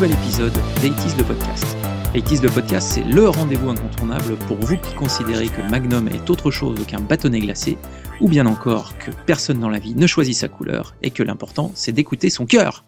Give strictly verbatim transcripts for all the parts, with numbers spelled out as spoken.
nouvel épisode d'Eighties le podcast. Eighties le podcast, c'est le rendez-vous incontournable pour vous qui considérez que Magnum est autre chose qu'un bâtonnet glacé, ou bien encore que personne dans la vie ne choisit sa couleur et que l'important c'est d'écouter son cœur.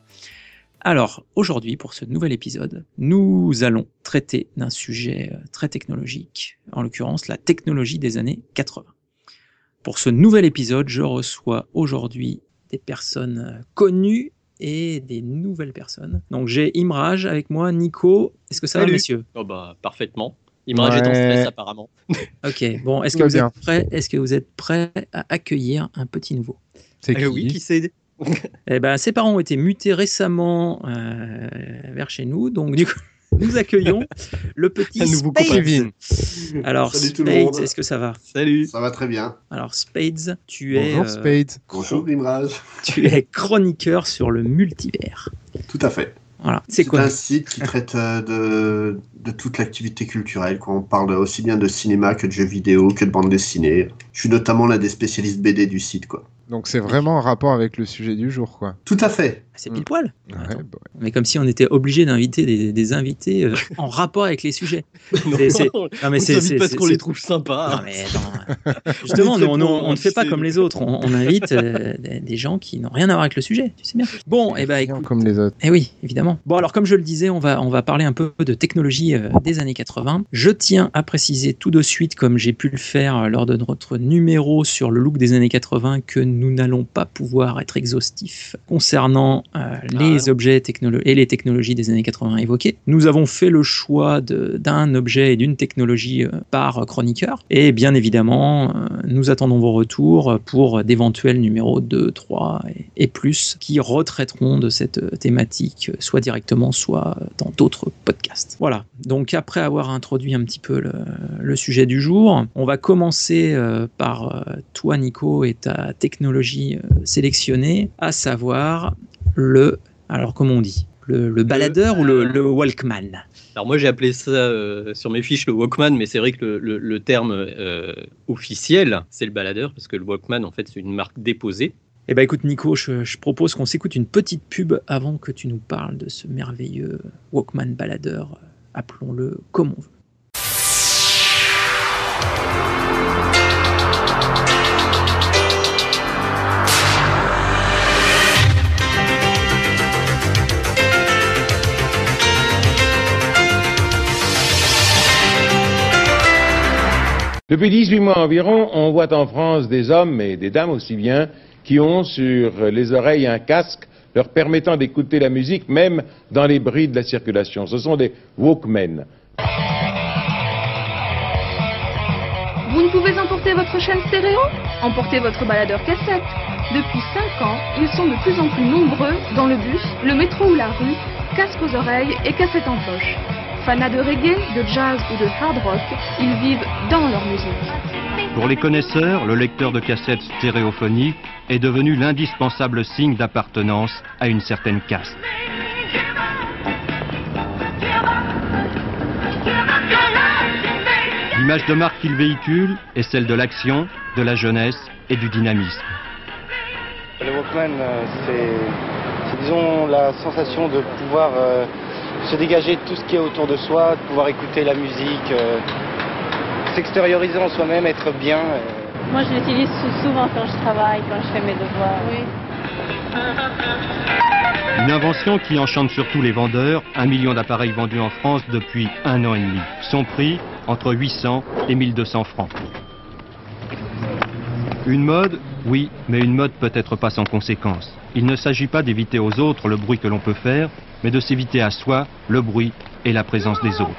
Alors, aujourd'hui, pour ce nouvel épisode, nous allons traiter d'un sujet très technologique, en l'occurrence la technologie des années quatre-vingts. Pour ce nouvel épisode, je reçois aujourd'hui des personnes connues et des nouvelles personnes. Donc j'ai Imraj avec moi, Nico. Est-ce que ça Salut. va, messieurs ? Oh bah, parfaitement. Imraj Ouais. est en stress apparemment. Ok, bon, est-ce Tout que, va vous bien. êtes prêts, est-ce que vous êtes prêts à accueillir un petit nouveau ? C'est Eh oui, qui c'est ? Eh ben, ses parents ont été mutés récemment euh, vers chez nous, donc du coup, nous accueillons le petit Un nouveau Spades. copain. Kevin. Alors, Salut tout le Spades, monde. est-ce que ça va ? Salut. Ça va très bien. Alors, Spades, tu es, Bonjour euh, Spade. Bonjour Imraj. tu es chroniqueur sur le multivers. Tout à fait. Voilà, c'est C'est quoi ? un site qui traite euh, de, de toute l'activité culturelle. Quoi. On parle aussi bien de cinéma que de jeux vidéo, que de bande dessinée. Je suis notamment l'un des spécialistes B D du site. Quoi. Donc c'est vraiment en rapport avec le sujet du jour, quoi. Tout à fait. C'est pile poil. Ouais, Attends. bah ouais. Mais comme si on était obligé d'inviter des, des invités euh, en rapport avec les sujets. C'est- c'est- Non, Non mais on c'est t'invite c'est- parce c'est- qu'on c'est- les trouve sympas. Non mais attends. Justement, nous, nous, on ne fait pas comme les autres. On, on invite euh, des, des gens qui n'ont rien à voir avec le sujet. Tu sais bien. Bon, et ben Rien écoute. comme les autres. Eh oui, évidemment. Bon, alors comme je le disais, on va, on va parler un peu de technologie euh, des années quatre-vingts. Je tiens à préciser tout de suite, comme j'ai pu le faire euh, lors de notre numéro sur le look des années quatre-vingts, que nous n'allons pas pouvoir être exhaustifs concernant euh, les Ah, objets technolo- et les technologies des années quatre-vingts évoquées. Nous avons fait le choix de- d'un objet et d'une technologie euh, par chroniqueur. Et bien évidemment, euh, nous attendons vos retours pour d'éventuels numéros deux, trois et, et plus qui retraiteront de cette euh, thématique, euh, soit directement, soit euh, dans d'autres podcasts. Voilà. Donc après avoir introduit un petit peu le, le sujet du jour, on va commencer euh, par euh, toi, Nico, et ta technologie euh, sélectionnée, à savoir le... Alors comment on dit ? Le, le baladeur ou le, le Walkman ? Alors moi j'ai appelé ça euh, sur mes fiches le Walkman, mais c'est vrai que le, le- le terme euh, officiel c'est le baladeur, parce que le Walkman en fait c'est une marque déposée. Eh ben écoute Nico, je, je propose qu'on s'écoute une petite pub avant que tu nous parles de ce merveilleux Walkman baladeur, euh, appelons-le comme on veut. Depuis dix-huit mois environ, on voit en France des hommes et des dames aussi bien qui ont sur les oreilles un casque leur permettant d'écouter la musique même dans les bruits de la circulation. Ce sont des Walkmen. Vous ne pouvez emporter votre chaîne stéréo ? Emportez votre baladeur cassette. Depuis cinq ans, ils sont de plus en plus nombreux dans le bus, le métro ou la rue, casque aux oreilles et cassette en poche. Fanats de reggae, de jazz ou de hard rock, ils vivent dans leur musique. Pour les connaisseurs, le lecteur de cassettes stéréophonique est devenu l'indispensable signe d'appartenance à une certaine caste. L'image de marque qu'il véhicule est celle de l'action, de la jeunesse et du dynamisme. Le Walkman, euh, c'est, c'est, disons, la sensation de pouvoir euh, se dégager de tout ce qui est autour de soi, de pouvoir écouter la musique, euh, s'extérioriser en soi-même, être bien. euh. Moi, je l'utilise sou- souvent quand je travaille, quand je fais mes devoirs. Une invention qui enchante surtout les vendeurs, un million d'appareils vendus en France depuis un an et demi. Son prix, entre huit cents et mille deux cents francs. Une mode, oui, mais une mode peut-être pas sans conséquences. Il ne s'agit pas d'éviter aux autres le bruit que l'on peut faire, mais de s'éviter à soi le bruit et la présence des autres.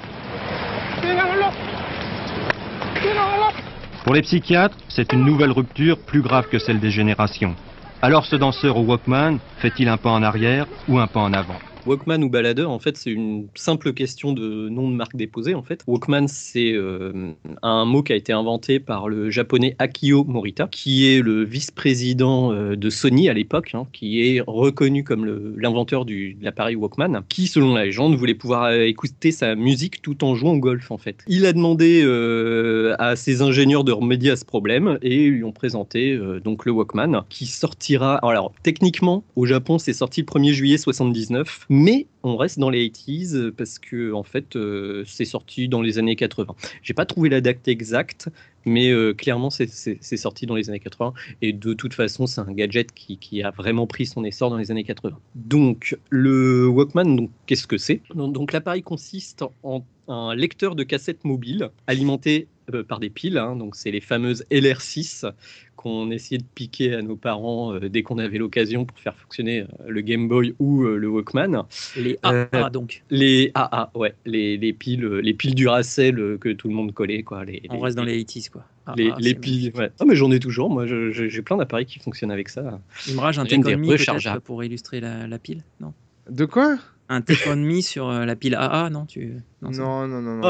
Pour les psychiatres, c'est une nouvelle rupture plus grave que celle des générations. Alors ce danseur au Walkman fait-il un pas en arrière ou un pas en avant ? Walkman ou baladeur, en fait, c'est une simple question de nom de marque déposée, en fait. Walkman, c'est euh, un mot qui a été inventé par le japonais Akio Morita, qui est le vice-président euh, de Sony à l'époque, hein, qui est reconnu comme le- l'inventeur du- de l'appareil Walkman, qui, selon la légende, voulait pouvoir euh, écouter sa musique tout en jouant au golf, en fait. Il a demandé euh, à ses ingénieurs de remédier à ce problème, et ils lui ont présenté euh, donc le Walkman, qui sortira... Alors, techniquement, au Japon, c'est sorti le premier juillet soixante-dix-neuf, Mais on reste dans les quatre-vingt-dix parce que en fait, euh, c'est sorti dans les années quatre-vingts. J'ai pas trouvé la date exacte, mais euh, clairement, c'est, c'est, c'est sorti dans les années quatre-vingts. Et de toute façon, c'est un gadget qui, qui a vraiment pris son essor dans les années quatre-vingts. Donc, le Walkman, donc, qu'est-ce que c'est ? donc, donc, l'appareil consiste en un lecteur de cassette mobile alimenté euh, par des piles. Hein, donc, c'est les fameuses L R six qu'on essayait de piquer à nos parents euh, dès qu'on avait l'occasion pour faire fonctionner euh, le Game Boy ou euh, le Walkman. Les A A, euh, donc. Les A A, ouais. Les, les, piles, les piles Duracell euh, que tout le monde collait. Quoi. Les, On les, reste dans les, les quatre-vingt-dix, quoi. A A, les les piles, ouais. Ah, mais j'en ai toujours. Moi, je, je, j'ai plein d'appareils qui fonctionnent avec ça. Il me rage un Teconmi peut-être pour illustrer la, la pile, non ? De quoi ? Un Teconmi sur euh, la pile A A, non tu... Non, non, non, non. non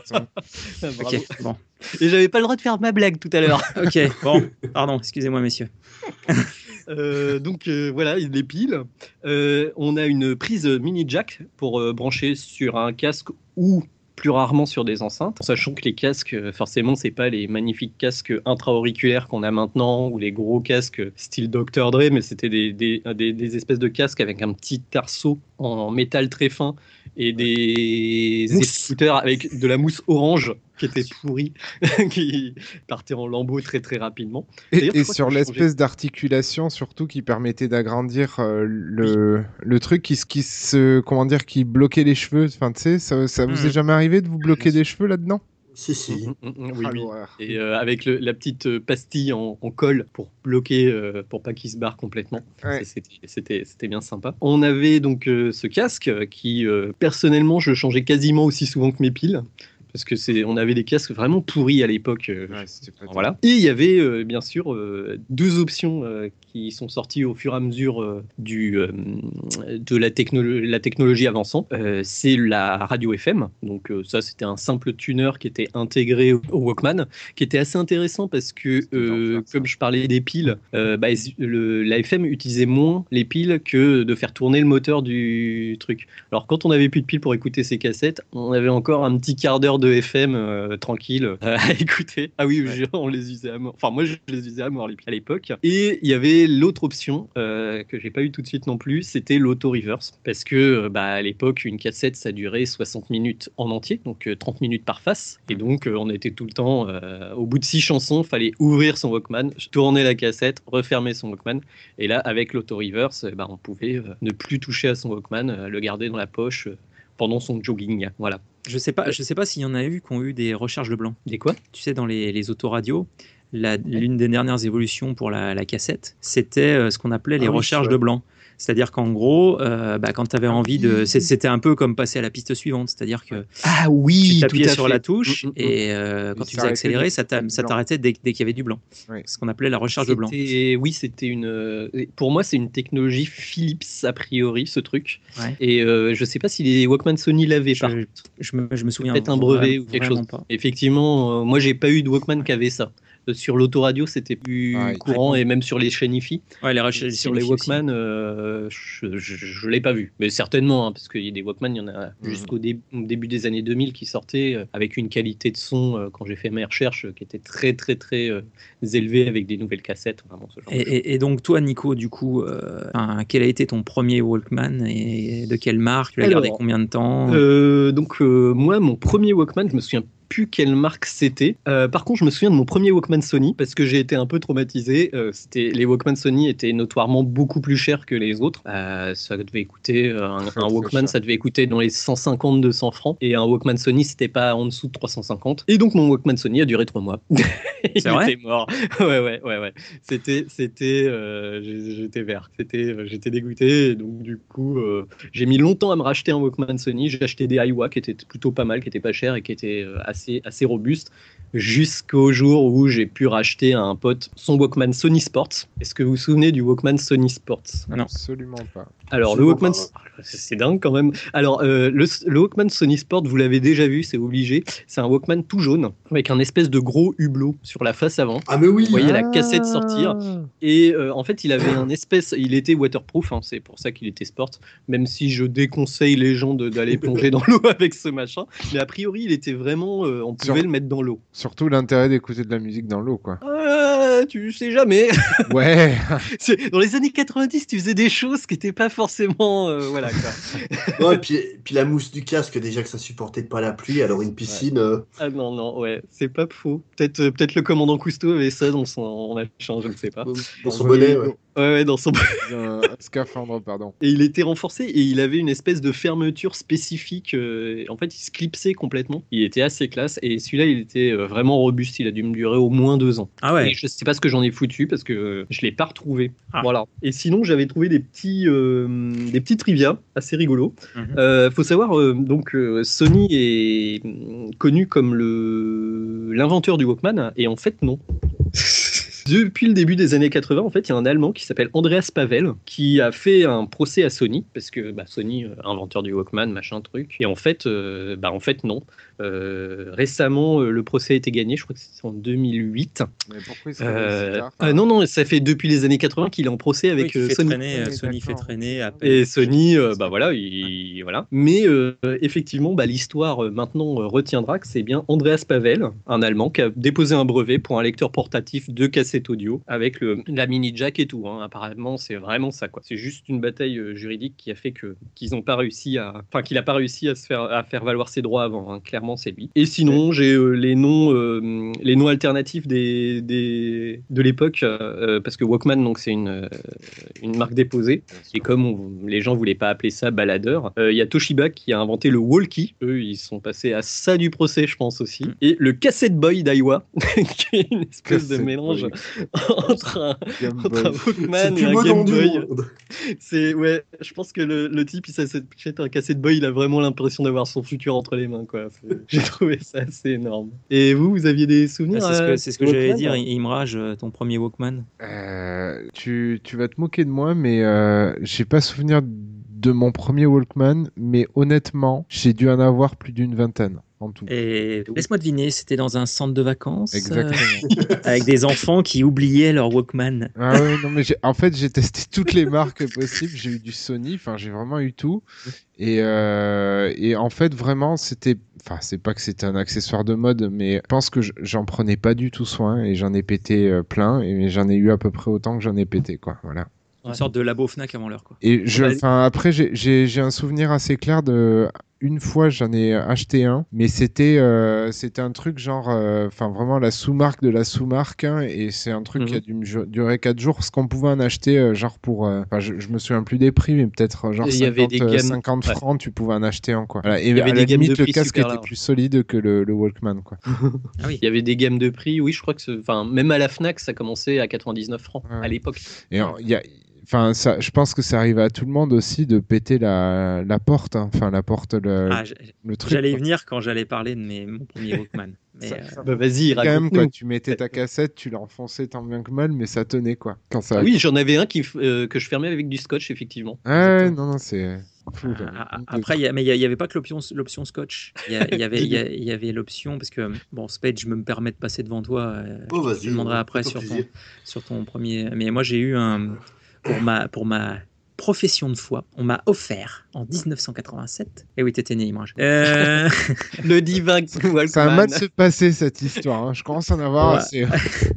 ok, bon. Et j'avais pas le droit de faire ma blague tout à l'heure. ok, bon, pardon, excusez-moi, messieurs. euh, donc euh, voilà, les piles. Euh, on a une prise mini jack pour euh, brancher sur un casque ou plus rarement sur des enceintes, sachant que les casques, forcément, c'est pas les magnifiques casques intra-auriculaires qu'on a maintenant ou les gros casques style docteur Dre, mais c'était des, des, des, des espèces de casques avec un petit arceau en métal très fin et des écouteurs avec de la mousse orange qui était pourrie, qui partait en lambeaux très très rapidement. Et, et sur l'espèce changé... d'articulation surtout qui permettait d'agrandir euh, le, oui. le truc qui, qui se comment dire qui bloquait les cheveux. Enfin, tu sais, ça, ça vous mmh. est jamais arrivé de vous bloquer des cheveux là-dedans ? Si, si. Mmh, mmh, oui, oui. Et euh, avec le, la petite pastille en, en colle pour bloquer, euh, pour pas qu'il se barre complètement. Ouais. C'était, c'était, c'était bien sympa. On avait donc euh, ce casque qui, euh, personnellement, je changeais quasiment aussi souvent que mes piles. Parce que c'est, on avait des casques vraiment pourris à l'époque. Euh, ouais, c'était pas voilà. Et il y avait euh, bien sûr euh, deux options euh, qui sont sorties au fur et à mesure euh, du, euh, de la, technolo- la technologie avançant. Euh, c'est la radio F M. Donc euh, ça, c'était un simple tuner qui était intégré au, au Walkman, qui était assez intéressant parce que, euh, comme je parlais des piles, euh, bah, le, la F M utilisait moins les piles que de faire tourner le moteur du truc. Alors quand on n'avait plus de piles pour écouter ces cassettes, on avait encore un petit quart d'heure de de F M euh, tranquille euh, à écouter. Ah oui, ouais. on les usait à mort. Enfin, moi, je les usais à mort à l'époque. Et il y avait l'autre option euh, que j'ai pas eu tout de suite non plus, c'était l'auto-reverse. Parce que, euh, bah, à l'époque, une cassette, ça durait soixante minutes en entier, donc euh, trente minutes par face. Et donc, euh, on était tout le temps, euh, au bout de six chansons, fallait ouvrir son Walkman, tourner la cassette, refermer son Walkman. Et là, avec l'auto-reverse, bah, on pouvait euh, ne plus toucher à son Walkman, euh, le garder dans la poche euh, pendant son jogging. Voilà. Je sais pas, je sais pas s'il y en a eu qui ont eu des recharges de blanc. Des quoi ? Tu sais, dans les, les autoradios, la, l'une des dernières évolutions pour la, la cassette, c'était euh, ce qu'on appelait les ah oui, recharges ouais. de blanc. C'est-à-dire qu'en gros, euh, bah, quand tu avais envie de... C'était un peu comme passer à la piste suivante. C'est-à-dire que ah oui, tu t'appuyais sur fait. la touche mmh, mmh. et euh, quand il tu faisais accélérer, ça, ça t'arrêtait dès, dès qu'il y avait du blanc. Oui. Ce qu'on appelait la recharge c'était, de blanc. Oui, c'était une... Pour moi, c'est une technologie Philips, a priori, ce truc. Ouais. Et euh, je sais pas si les Walkman Sony l'avaient, je, par contre. Je me, je me souviens. Peut-être un brevet vraiment, ou quelque chose. Pas. Effectivement, euh, moi, j'ai pas eu de Walkman qui avait ça. Sur l'autoradio, c'était plus ah, courant ouais. et même sur les chaînes I F I. Ouais, les recherches sur les Walkman, euh, je ne l'ai pas vu. Mais certainement, hein, parce qu'il y a des Walkman, il y en a mmh. jusqu'au dé- début des années deux mille qui sortaient euh, avec une qualité de son, euh, quand j'ai fait mes recherches, euh, qui était très, très, très euh, élevée avec des nouvelles cassettes. Vraiment, ce genre et, et, et donc, toi, Nico, du coup, euh, quel a été ton premier Walkman et de quelle marque ? Tu l'as Alors, gardé combien de temps ? euh, Donc, euh, moi, mon premier Walkman, je me souviens plus quelle marque c'était. Euh, par contre, je me souviens de mon premier Walkman Sony parce que j'ai été un peu traumatisé. Euh, c'était, les Walkman Sony étaient notoirement beaucoup plus chers que les autres. Euh, ça devait coûter euh, un, un Walkman, ça devait coûter dans les cent cinquante à deux cents francs et un Walkman Sony, c'était pas en dessous de trois cent cinquante. Et donc mon Walkman Sony a duré trois mois. Il C'est vrai était mort. Ouais, ouais, ouais, ouais. C'était, c'était, euh, j'étais vert. C'était, j'étais dégoûté. Et donc du coup, euh, j'ai mis longtemps à me racheter un Walkman Sony. J'ai acheté des Aiwa qui étaient plutôt pas mal, qui étaient pas chers et qui étaient euh, assez assez robuste jusqu'au jour où j'ai pu racheter à un pote son Walkman Sony Sports. Est-ce que vous vous souvenez du Walkman Sony Sports ? Non, absolument pas. Alors absolument le Walkman, pas. C'est dingue quand même. Alors euh, le, le Walkman Sony Sport, vous l'avez déjà vu, c'est obligé. C'est un Walkman tout jaune avec un espèce de gros hublot sur la face avant. Ah mais oui. Vous voyez ah. la cassette sortir. Et euh, en fait, il avait un espèce, il était waterproof. Hein, c'est pour ça qu'il était sport. Même si je déconseille les gens de, d'aller plonger dans l'eau avec ce machin. Mais a priori, il était vraiment, euh, on pouvait sur, le mettre dans l'eau. Surtout l'intérêt d'écouter de la musique dans l'eau, quoi. Euh, bah, tu sais jamais. Ouais. Dans les années quatre-vingt-dix, tu faisais des choses qui n'étaient pas forcément, euh, voilà quoi. Ouais, et puis, puis la mousse du casque, déjà que ça supportait pas la pluie, alors une piscine. Ouais. Euh... Ah non non, ouais, c'est pas faux. Peut-être, euh, peut-être le commandant Cousteau avait ça dans son machin, je ne sais pas. Dans, dans son bonnet, ouais. Ouais, ouais, dans son un, un scaphandre, pardon. Et il était renforcé et il avait une espèce de fermeture spécifique. Euh, en fait, il se clipsait complètement. Il était assez classe et celui-là, il était euh, vraiment robuste. Il a dû me durer au moins deux ans. Ah ouais. Et je sais pas ce que j'en ai foutu parce que euh, je l'ai pas retrouvé. Ah. Voilà. Et sinon, j'avais trouvé des petits, euh, des petits trivia assez rigolos. Mm-hmm. Euh, faut savoir, euh, donc euh, Sony est connu comme le l'inventeur du Walkman et en fait non. Depuis le début des années quatre-vingts, en fait, il y a un Allemand qui s'appelle Andreas Pavel qui a fait un procès à Sony parce que bah, Sony, euh, inventeur du Walkman, machin truc. Et en fait, euh, bah en fait non. Euh, récemment, euh, le procès a été gagné. Je crois que c'était en deux mille huit. Mais pourquoi il serait euh, si tard euh, Non, non, ça fait depuis les années quatre-vingts qu'il est en procès avec oui, euh, fait Sony. Traîner, euh, Sony fait traîner. Appel. Et Sony, euh, bah voilà, il, voilà. Mais euh, effectivement, bah, l'histoire euh, maintenant euh, retiendra que c'est bien Andreas Pavel, un Allemand, qui a déposé un brevet pour un lecteur portatif de cassette audio avec le, la mini jack et tout. Hein. Apparemment, c'est vraiment ça, quoi. C'est juste une bataille euh, juridique qui a fait que qu'ils n'ont pas réussi à, enfin, qu'il n'a pas réussi à se faire à faire valoir ses droits avant. Hein. Clairement, c'est lui. Et sinon, j'ai euh, les noms, euh, les noms alternatifs des, des de l'époque, euh, parce que Walkman, donc c'est une euh, une marque déposée. Et comme on, les gens voulaient pas appeler ça baladeur, il euh, y a Toshiba qui a inventé le Walkie. Eux, ils sont passés à ça du procès, je pense aussi. Et le Cassette Boy d'Aiwa, qui est une espèce cassette de mélange boy. entre un, entre un Walkman et un Game Boy. C'est ouais, je pense que le, le type il s'achète un Cassette Boy, il a vraiment l'impression d'avoir son futur entre les mains, quoi. J'ai trouvé ça assez énorme. Et vous, vous aviez des souvenirs? Ah, c'est, ce que, c'est ce que j'allais dire, Imraj, ton premier Walkman. Euh, tu, tu vas te moquer de moi, mais euh, j'ai pas souvenir de mon premier Walkman, mais honnêtement, j'ai dû en avoir plus d'une vingtaine. En tout. Et laisse-moi deviner, c'était dans un centre de vacances. Exactement. Euh, avec des enfants qui oubliaient leur Walkman. Ah oui, non, mais j'ai, en fait, j'ai testé toutes les marques possibles. J'ai eu du Sony, enfin, j'ai vraiment eu tout. Et, euh, et en fait, vraiment, c'était. Enfin, c'est pas que c'était un accessoire de mode, mais je pense que j'en prenais pas du tout soin et j'en ai pété euh, plein. Et j'en ai eu à peu près autant que j'en ai pété, quoi. Voilà. Une ouais. sorte de labo Fnac avant l'heure, quoi. Et je, enfin, après, j'ai, j'ai, j'ai un souvenir assez clair de. Une fois, j'en ai acheté un, mais c'était euh, c'était un truc genre, enfin euh, vraiment la sous-marque de la sous-marque, hein, et c'est un truc mmh. qui a dû me durer quatre jours, parce qu'on pouvait en acheter euh, genre pour, enfin euh, je, je me souviens plus des prix, mais peut-être genre cinquante, gammes... cinquante francs, ouais. Tu pouvais en acheter un, quoi. Voilà. Et à la limite, le casque était plus solide que le, le Walkman, quoi. Ah oui. Il y avait des gammes de prix, oui, je crois que, enfin, même à la Fnac, ça commençait à quatre-vingt-dix-neuf francs ouais. à l'époque. Et il y a Enfin, ça, je pense que ça arrive à tout le monde aussi de péter la, la porte, hein. Enfin la porte, le, ah, le truc. J'allais y venir quand j'allais parler de mes, mon premier Walkman. Mais ça, euh... bah vas-y, quand même, quoi, tu mettais ta cassette, tu l'enfonçais tant bien que mal, mais ça tenait, quoi. Quand ça... ah oui, j'en avais un qui, euh, que je fermais avec du scotch, effectivement. Ah ouais, non, non, c'est... Fou, ah, après, y a, mais il n'y avait pas que l'option, l'option scotch. Il y, y, avait, y, a, y avait l'option, parce que, bon, Spade, je me permets de passer devant toi. Euh, oh, je te demanderai après sur ton, sur ton premier... Mais moi, j'ai eu un... Pour ma, pour ma profession de foi, on m'a offert en dix-neuf cent quatre-vingt-sept. Et oui, t'étais né, Imraj. Euh... Le divin Walkman. Ça a mal se passer cette histoire. Hein. Je commence à en avoir ouais. assez.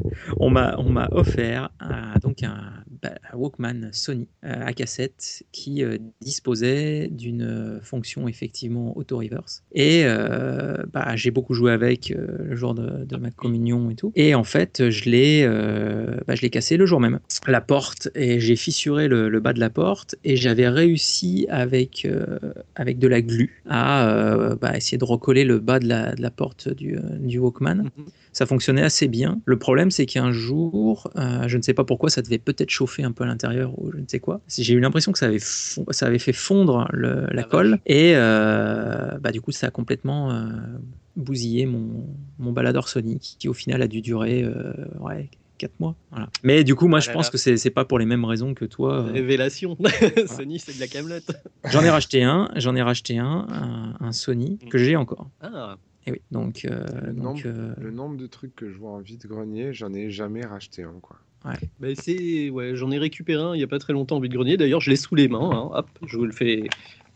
on m'a, on m'a offert un, donc un, un Walkman Sony euh, à cassette qui euh, disposait d'une fonction effectivement auto-reverse. Et euh, bah, j'ai beaucoup joué avec euh, le jour de, de ma communion et tout. Et en fait, je l'ai, euh, bah, je l'ai cassé le jour même. La porte, et j'ai fissuré le, le bas de la porte. Et j'avais réussi avec, euh, avec de la glu à euh, bah, essayer de recoller le bas de la, de la porte du, euh, du Walkman. Mm-hmm. Ça fonctionnait assez bien. Le problème, c'est qu'un jour, euh, je ne sais pas pourquoi, ça devait peut-être chauffer un peu à l'intérieur ou je ne sais quoi. J'ai eu l'impression que ça avait, fond, ça avait fait fondre le, la ah, colle. Vache. Et euh, bah, du coup, ça a complètement euh, bousillé mon, mon baladeur Sony qui, qui, au final, a dû durer... Euh, ouais, quatre mois. Voilà. Mais du coup, moi, ah je pense là. que c'est, c'est pas pour les mêmes raisons que toi. Euh... Révélation. Sony, c'est de la camelote. J'en ai racheté un, j'en ai racheté un, un, un Sony que j'ai encore. Ah. Et oui, donc, euh, le, donc nombre, euh... le nombre de trucs que je vois en vide-grenier, j'en ai jamais racheté un, quoi. Ouais. Bah c'est, ouais, j'en ai récupéré un il y a pas très longtemps en vide-grenier. D'ailleurs, je l'ai sous les mains. Hein. Hop, je vous le fais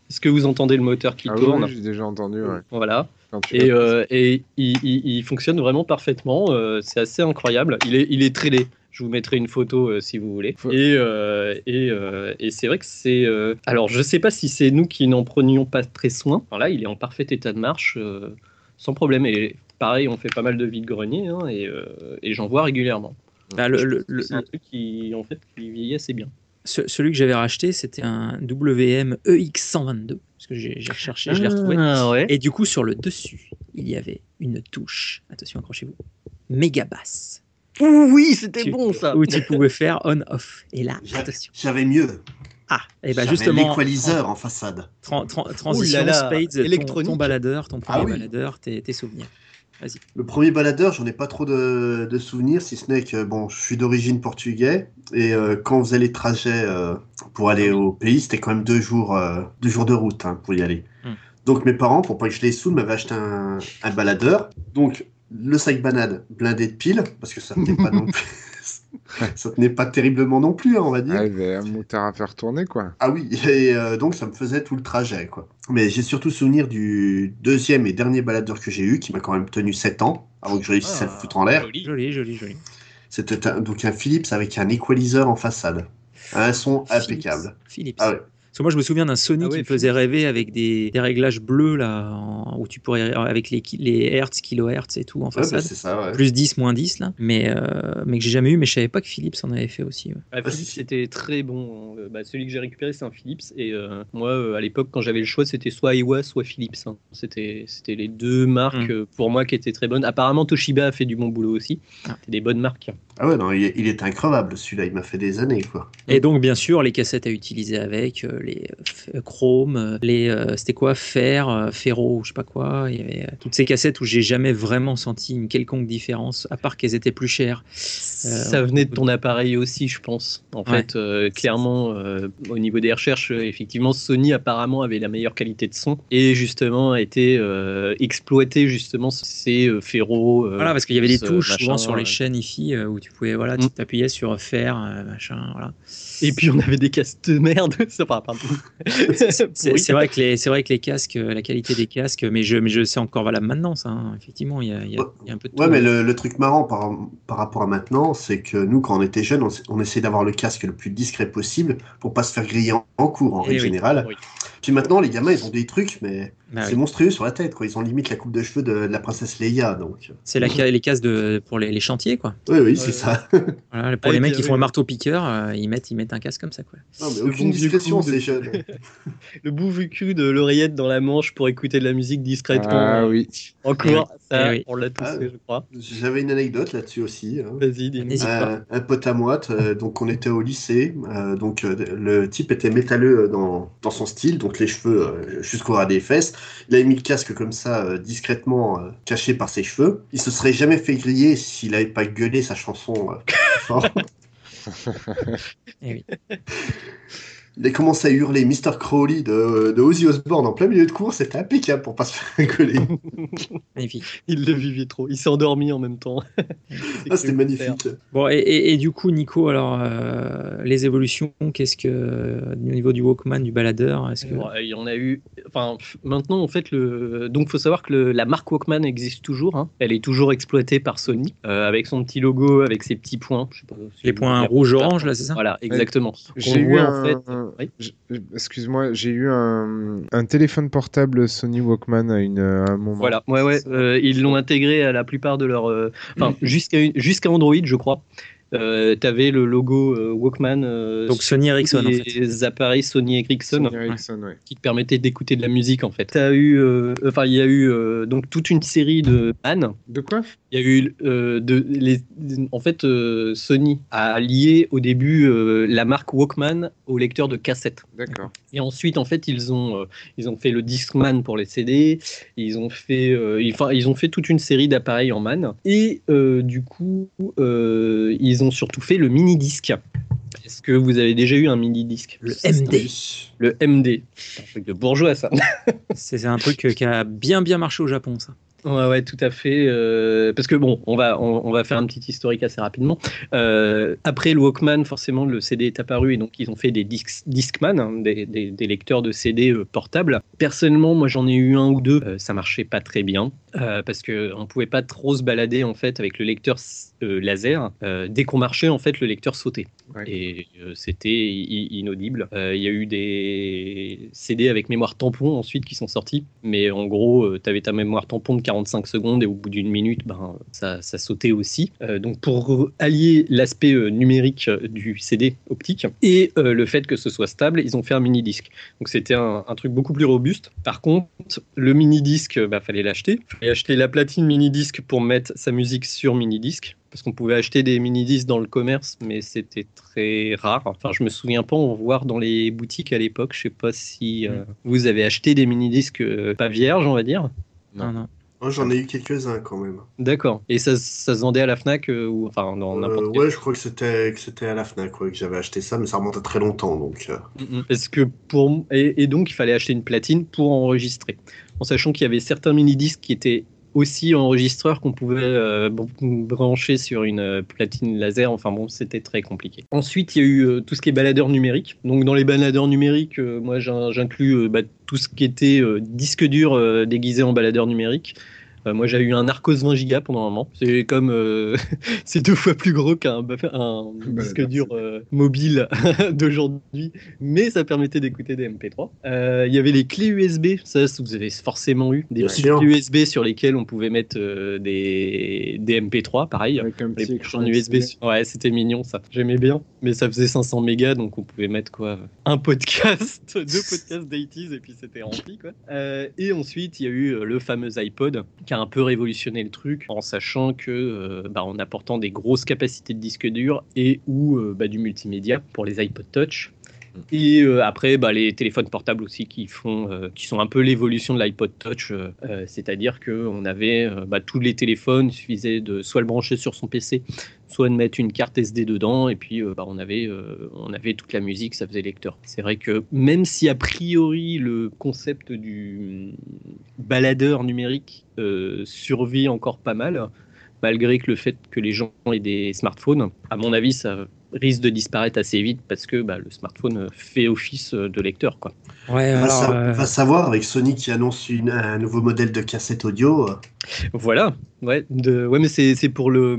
Est-ce que vous entendez le moteur qui ah tourne? Oui, j'ai déjà entendu, ouais. Voilà. Et, euh, et il, il, il fonctionne vraiment parfaitement. Euh, c'est assez incroyable. Il est, il est trellé. Je vous mettrai une photo euh, si vous voulez. Et, euh, et, euh, et c'est vrai que c'est... Euh... Alors, je ne sais pas si c'est nous qui n'en prenions pas très soin. Alors là, il est en parfait état de marche, euh, sans problème. Et pareil, on fait pas mal de vide-grenier, hein, et, euh, et j'en vois régulièrement. Bah, le, le, le, c'est un truc qui, en fait, qui vieillit assez bien. Ce, celui que j'avais racheté, c'était un W M E X cent vingt-deux. Parce que j'ai, j'ai recherché, ah, je l'ai retrouvé. Ouais. Et du coup, sur le dessus, il y avait une touche. Attention, accrochez-vous. Méga basse. Ouh, oui, c'était tu, bon ça. Où tu pouvais faire on-off. Et là, J'avais, attention. J'avais mieux. Ah, et bah J'avais justement. l'équaliseur en façade. Tra- tra- transition, Ouh là là, Spades, ton, ton baladeur, ton premier ah, oui. baladeur, tes, tes souvenirs. Vas-y. Le premier baladeur, j'en ai pas trop de, de souvenirs, si ce n'est que bon, je suis d'origine portugais et euh, quand on faisait les trajets euh, pour aller au pays, c'était quand même deux jours, euh, deux jours de route hein, pour y aller. Hmm. Donc mes parents, pour pas que je les saoule, m'avaient acheté un, un baladeur. Donc le sac banade blindé de piles, parce que ça tenait pas non plus. Ça tenait pas terriblement non plus, hein, on va dire. Ah, il y avait un moutard à faire tourner, quoi. Ah oui, et euh, donc ça me faisait tout le trajet, quoi. Mais j'ai surtout souvenir du deuxième et dernier baladeur que j'ai eu, qui m'a quand même tenu sept ans, avant que je réussisse ah, à le foutre en l'air. Joli, joli, joli. joli. C'était un, donc un Philips avec un equaliseur en façade. Un son impeccable. Philips. Ah ouais. Parce que moi, je me souviens d'un Sony ah ouais, qui me faisait rêver avec des, des réglages bleus, là, en, où tu pourrais, avec les, les hertz, kilohertz et tout en façade. Ouais, bah c'est ça, ouais. Plus dix, moins dix, là. Mais, euh, mais que j'ai jamais eu, mais je savais pas que Philips en avait fait aussi. Ouais. Ah, Philips, c'était très bon. Bah, celui que j'ai récupéré, c'est un Philips. Et euh, moi, euh, à l'époque, quand j'avais le choix, c'était soit Aiwa, soit Philips. Hein. C'était, c'était les deux marques, mm. pour moi, qui étaient très bonnes. Apparemment, Toshiba a fait du bon boulot aussi. Ah. C'était des bonnes marques. Ah ouais, non, il, il est incroyable, celui-là. Il m'a fait des années, quoi. Et donc, bien sûr, les cassettes à utiliser avec, euh, les euh, Chrome, les, euh, c'était quoi, Fer, euh, Ferro, je sais pas quoi. Il y avait euh, toutes ces cassettes où j'ai jamais vraiment senti une quelconque différence, à part qu'elles étaient plus chères. Euh, ça venait de ton appareil aussi, je pense. En ouais. fait, euh, clairement, euh, au niveau des recherches, euh, effectivement, Sony apparemment avait la meilleure qualité de son et justement a été euh, exploité justement ces euh, Ferro. Euh, voilà, parce qu'il y avait des touches machin, souvent sur les chaînes hi-fi euh, où tu pouvais, voilà, tu t'appuyais sur Fer, euh, machin, voilà. Et puis on avait des casques de merde. Ça, pardon. c'est, c'est, c'est vrai que les, c'est vrai que les casques, la qualité des casques, mais je, mais je sais encore valable maintenant, ça. Hein. Effectivement, il y a, il y a, il y a un peu de. Ouais, tout, mais le, le truc marrant par, par rapport à maintenant, c'est que nous, quand on était jeunes, on, on essayait d'avoir le casque le plus discret possible pour pas se faire griller en, en cours, en et règle oui. générale. Oui. Puis maintenant, les gamins, ils ont des trucs, mais bah c'est oui. monstrueux sur la tête, quoi. Ils ont limite la coupe de cheveux de, de la princesse Leia, donc. C'est la, les casques de, pour les, les chantiers, quoi. Oui, oui, c'est euh, ça. Voilà, pour ah, les mecs qui oui. font un marteau-piqueur, euh, ils mettent, ils mettent un casque comme ça, quoi. Non, mais aucune discrétion, de... c'est jeune. Le bout vu cul de l'oreillette dans la manche pour écouter de la musique discrètement. Ah oui. En cours, oui. ça, oui. on l'a tous ah, fait, je crois. J'avais une anecdote là-dessus aussi. Hein. Vas-y, dis-nous. Euh, un pote à moi, euh, donc on était au lycée, euh, donc euh, le type était métalleux dans, dans son style, donc les cheveux euh, jusqu'au ras des fesses. Il avait mis le casque comme ça, euh, discrètement euh, caché par ses cheveux. Il se serait jamais fait griller s'il n'avait pas gueulé sa chanson euh, fort. Et oui. Il a commencé à hurler mister Crowley de, de Ozzy Osbourne en plein milieu de cours, c'était impeccable pour pas se faire rigoler. Magnifique. Il le vivait trop, il s'est endormi en même temps. Ah, c'était magnifique. Bon, et, et, et du coup, Nico, alors, euh, les évolutions, qu'est-ce que, au niveau du Walkman, du baladeur, est-ce que... Bon, il y en a eu, enfin, maintenant, en fait, le... donc il faut savoir que le, la marque Walkman existe toujours, hein. Elle est toujours exploitée par Sony, euh, avec son petit logo, avec ses petits points. Je sais pas si les points rouge-orange, là, c'est ça? Voilà, exactement. J'ai eu voit, un... en fait... Oui. Excuse-moi, j'ai eu un, un téléphone portable Sony Walkman à, une, à un moment. Voilà, ouais, ouais, euh, ils l'ont intégré à la plupart de leurs. Enfin, euh, jusqu'à, jusqu'à Android, je crois. Euh, t'avais le logo euh, Walkman, euh, donc Sony Ericsson, les en fait. Les appareils Sony Ericsson, Sony Ericsson ouais. qui te permettaient d'écouter de la musique en fait. T'as eu, enfin euh, il y a eu euh, donc toute une série de man. De quoi? Il y a eu euh, de les, en fait euh, Sony a lié au début euh, la marque Walkman au lecteur de cassette. D'accord. Et ensuite en fait ils ont euh, ils ont fait le Discman pour les C D, ils ont fait enfin euh, ils, ils ont fait toute une série d'appareils en man et euh, du coup euh, ils ont surtout fait le mini-disque. Est-ce que vous avez déjà eu un mini-disque? Le M D. Le M D. C'est un truc de bourgeois, ça. C'est un truc qui a bien bien marché au Japon, ça. Ouais, ouais, tout à fait. Euh, parce que bon, on va, on, on va faire un petit historique assez rapidement. Euh, après le Walkman, forcément, le C D est apparu et donc ils ont fait des disc, Discman, hein, des, des, des lecteurs de C D euh, portables. Personnellement, moi j'en ai eu un ou deux. Euh, ça marchait pas très bien euh, parce que on pouvait pas trop se balader en fait avec le lecteur euh, laser. Euh, dès qu'on marchait, en fait, le lecteur sautait. Ouais. Et euh, c'était i- inaudible. Il euh, y a eu des C D avec mémoire tampon ensuite qui sont sortis, mais en gros, euh, tu avais ta mémoire tampon de quarante-cinq secondes et au bout d'une minute, ben, ça, ça sautait aussi. Euh, donc pour allier l'aspect euh, numérique du C D optique et euh, le fait que ce soit stable, ils ont fait un mini-disque. Donc c'était un, un truc beaucoup plus robuste. Par contre, le mini-disque, bah, fallait l'acheter. Il fallait acheter la platine mini-disque pour mettre sa musique sur mini-disque. Parce qu'on pouvait acheter des mini-disques dans le commerce, mais c'était très rare. Enfin, je me souviens pas en voir dans les boutiques à l'époque. Je sais pas si euh, vous avez acheté des mini-disques euh, pas vierges, on va dire. Non, non. Moi, j'en ai eu quelques-uns quand même. D'accord. Et ça, ça se vendait à la Fnac euh, ou enfin dans n'importe euh, quel... Ouais, je crois que c'était que c'était à la Fnac ouais, que j'avais acheté ça, mais ça remonte à très longtemps donc. Euh... Parce que pour et, et donc il fallait acheter une platine pour enregistrer, en sachant qu'il y avait certains mini-disques qui étaient aussi enregistreurs qu'on pouvait euh, brancher sur une euh, platine laser. Enfin bon, c'était très compliqué. Ensuite, il y a eu euh, tout ce qui est baladeur numérique. Donc dans les baladeurs numériques, euh, moi j'inclus euh, bah, tout ce qui était euh, disque dur euh, déguisé en baladeur numérique. Euh, moi, j'ai eu un Arcos vingt gigas pendant un moment. C'est comme, euh, c'est deux fois plus gros qu'un un disque dur euh, mobile d'aujourd'hui, mais ça permettait d'écouter des M P trois. Il euh, y avait les clés U S B, ça, vous avez forcément eu des clés U S B sur lesquelles on pouvait mettre euh, des, des M P trois, pareil. Avec un petit écran U S B. Ouais, c'était mignon ça. J'aimais bien, mais ça faisait cinq cents mégas, donc on pouvait mettre quoi, un podcast, deux podcasts d'eighties et puis c'était rempli quoi. Euh, et ensuite, il y a eu le fameux iPod qui a un peu révolutionné le truc en sachant que euh, bah, en apportant des grosses capacités de disque dur et ou euh, bah, du multimédia pour les iPod Touch. Et euh, après, bah, les téléphones portables aussi qui font, euh, qui sont un peu l'évolution de l'iPod Touch, euh, euh, c'est-à-dire que on avait euh, bah, tous les téléphones, il suffisait de soit le brancher sur son P C, soit de mettre une carte S D dedans, et puis euh, bah, on avait, euh, on avait toute la musique, ça faisait lecteur. C'est vrai que même si a priori le concept du baladeur numérique euh, survit encore pas mal, malgré que le fait que les gens aient des smartphones, à mon avis, ça risque de disparaître assez vite parce que bah, le smartphone fait office de lecteur, quoi. Ouais, va, alors, sa- euh, va savoir avec Sony qui annonce une, un nouveau modèle de cassette audio. euh, Voilà, ouais, de... ouais mais c'est, c'est pour le,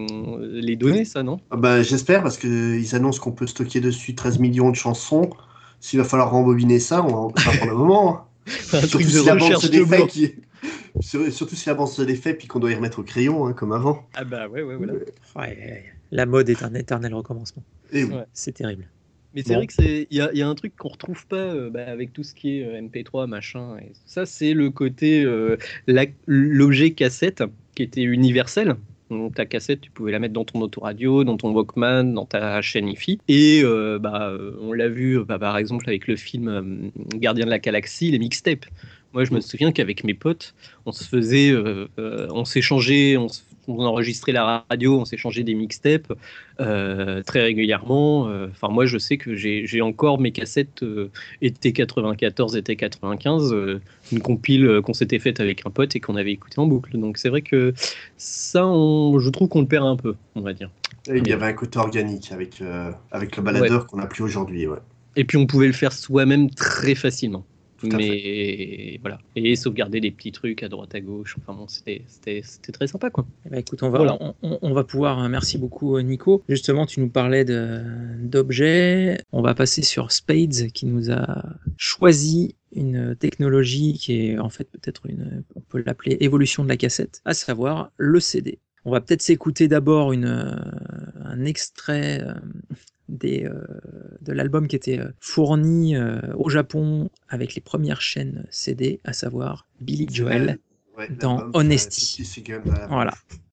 les données, ça, non? ah bah, j'espère parce qu'ils annoncent qu'on peut stocker dessus treize millions de chansons. S'il va falloir rembobiner ça, on va pas pour le moment. hein. Un Surtout truc de si la bande recherche se de défait, blanc. qui... Sur- surtout si la bande se défait puis qu'on doit y remettre au crayon, hein, comme avant. Ah bah ouais, ouais, voilà. ouais, la mode est un éternel recommencement. Et oui. Ouais. C'est terrible. Mais c'est Bon. vrai que c'est il y a, il y a un truc qu'on retrouve pas euh, bah, avec tout ce qui est euh, M P trois machin et ça c'est le côté euh, la- l'objet cassette qui était universel. Donc ta cassette, tu pouvais la mettre dans ton autoradio, dans ton Walkman, dans ta chaîne hi-fi. Et euh, bah, euh, on l'a vu bah, par exemple avec le film euh, Gardien de la Galaxie, les mixtapes. Moi, je me souviens qu'avec mes potes, on se faisait, euh, euh, on s'échangeait, on, se- on enregistrait la radio, on s'échangeait des mixtapes euh, très régulièrement. Euh, Enfin, moi, je sais que j'ai, j'ai encore mes cassettes euh, été quatre-vingt-quatorze, été quatre-vingt-quinze, euh, une compile euh, qu'on s'était faite avec un pote et qu'on avait écouté en boucle. Donc, c'est vrai que ça, on- je trouve qu'on le perd un peu, on va dire. Et il y avait un côté organique avec, euh, avec le baladeur qu'on n'a plus aujourd'hui. Ouais. Et puis, on pouvait le faire soi-même très facilement. Tout à Mais voilà, et sauvegarder des petits trucs à droite à gauche. Enfin bon, c'était c'était c'était très sympa quoi. Eh ben, écoute, on va, Voilà. on, on- on va pouvoir, euh, merci beaucoup euh, Nico. Justement, tu nous parlais de, d'objets. On va passer sur Spades qui nous a choisi une technologie qui est en fait peut-être une, on peut l'appeler évolution de la cassette, à savoir le C D. On va peut-être s'écouter d'abord une, euh, un extrait euh, des, euh, de l'album qui était euh, fourni euh, au Japon avec les premières chaînes C D, à savoir Billy Joel. Ouais, Dans l'album, Honesty. c'est un petit single à la Voilà.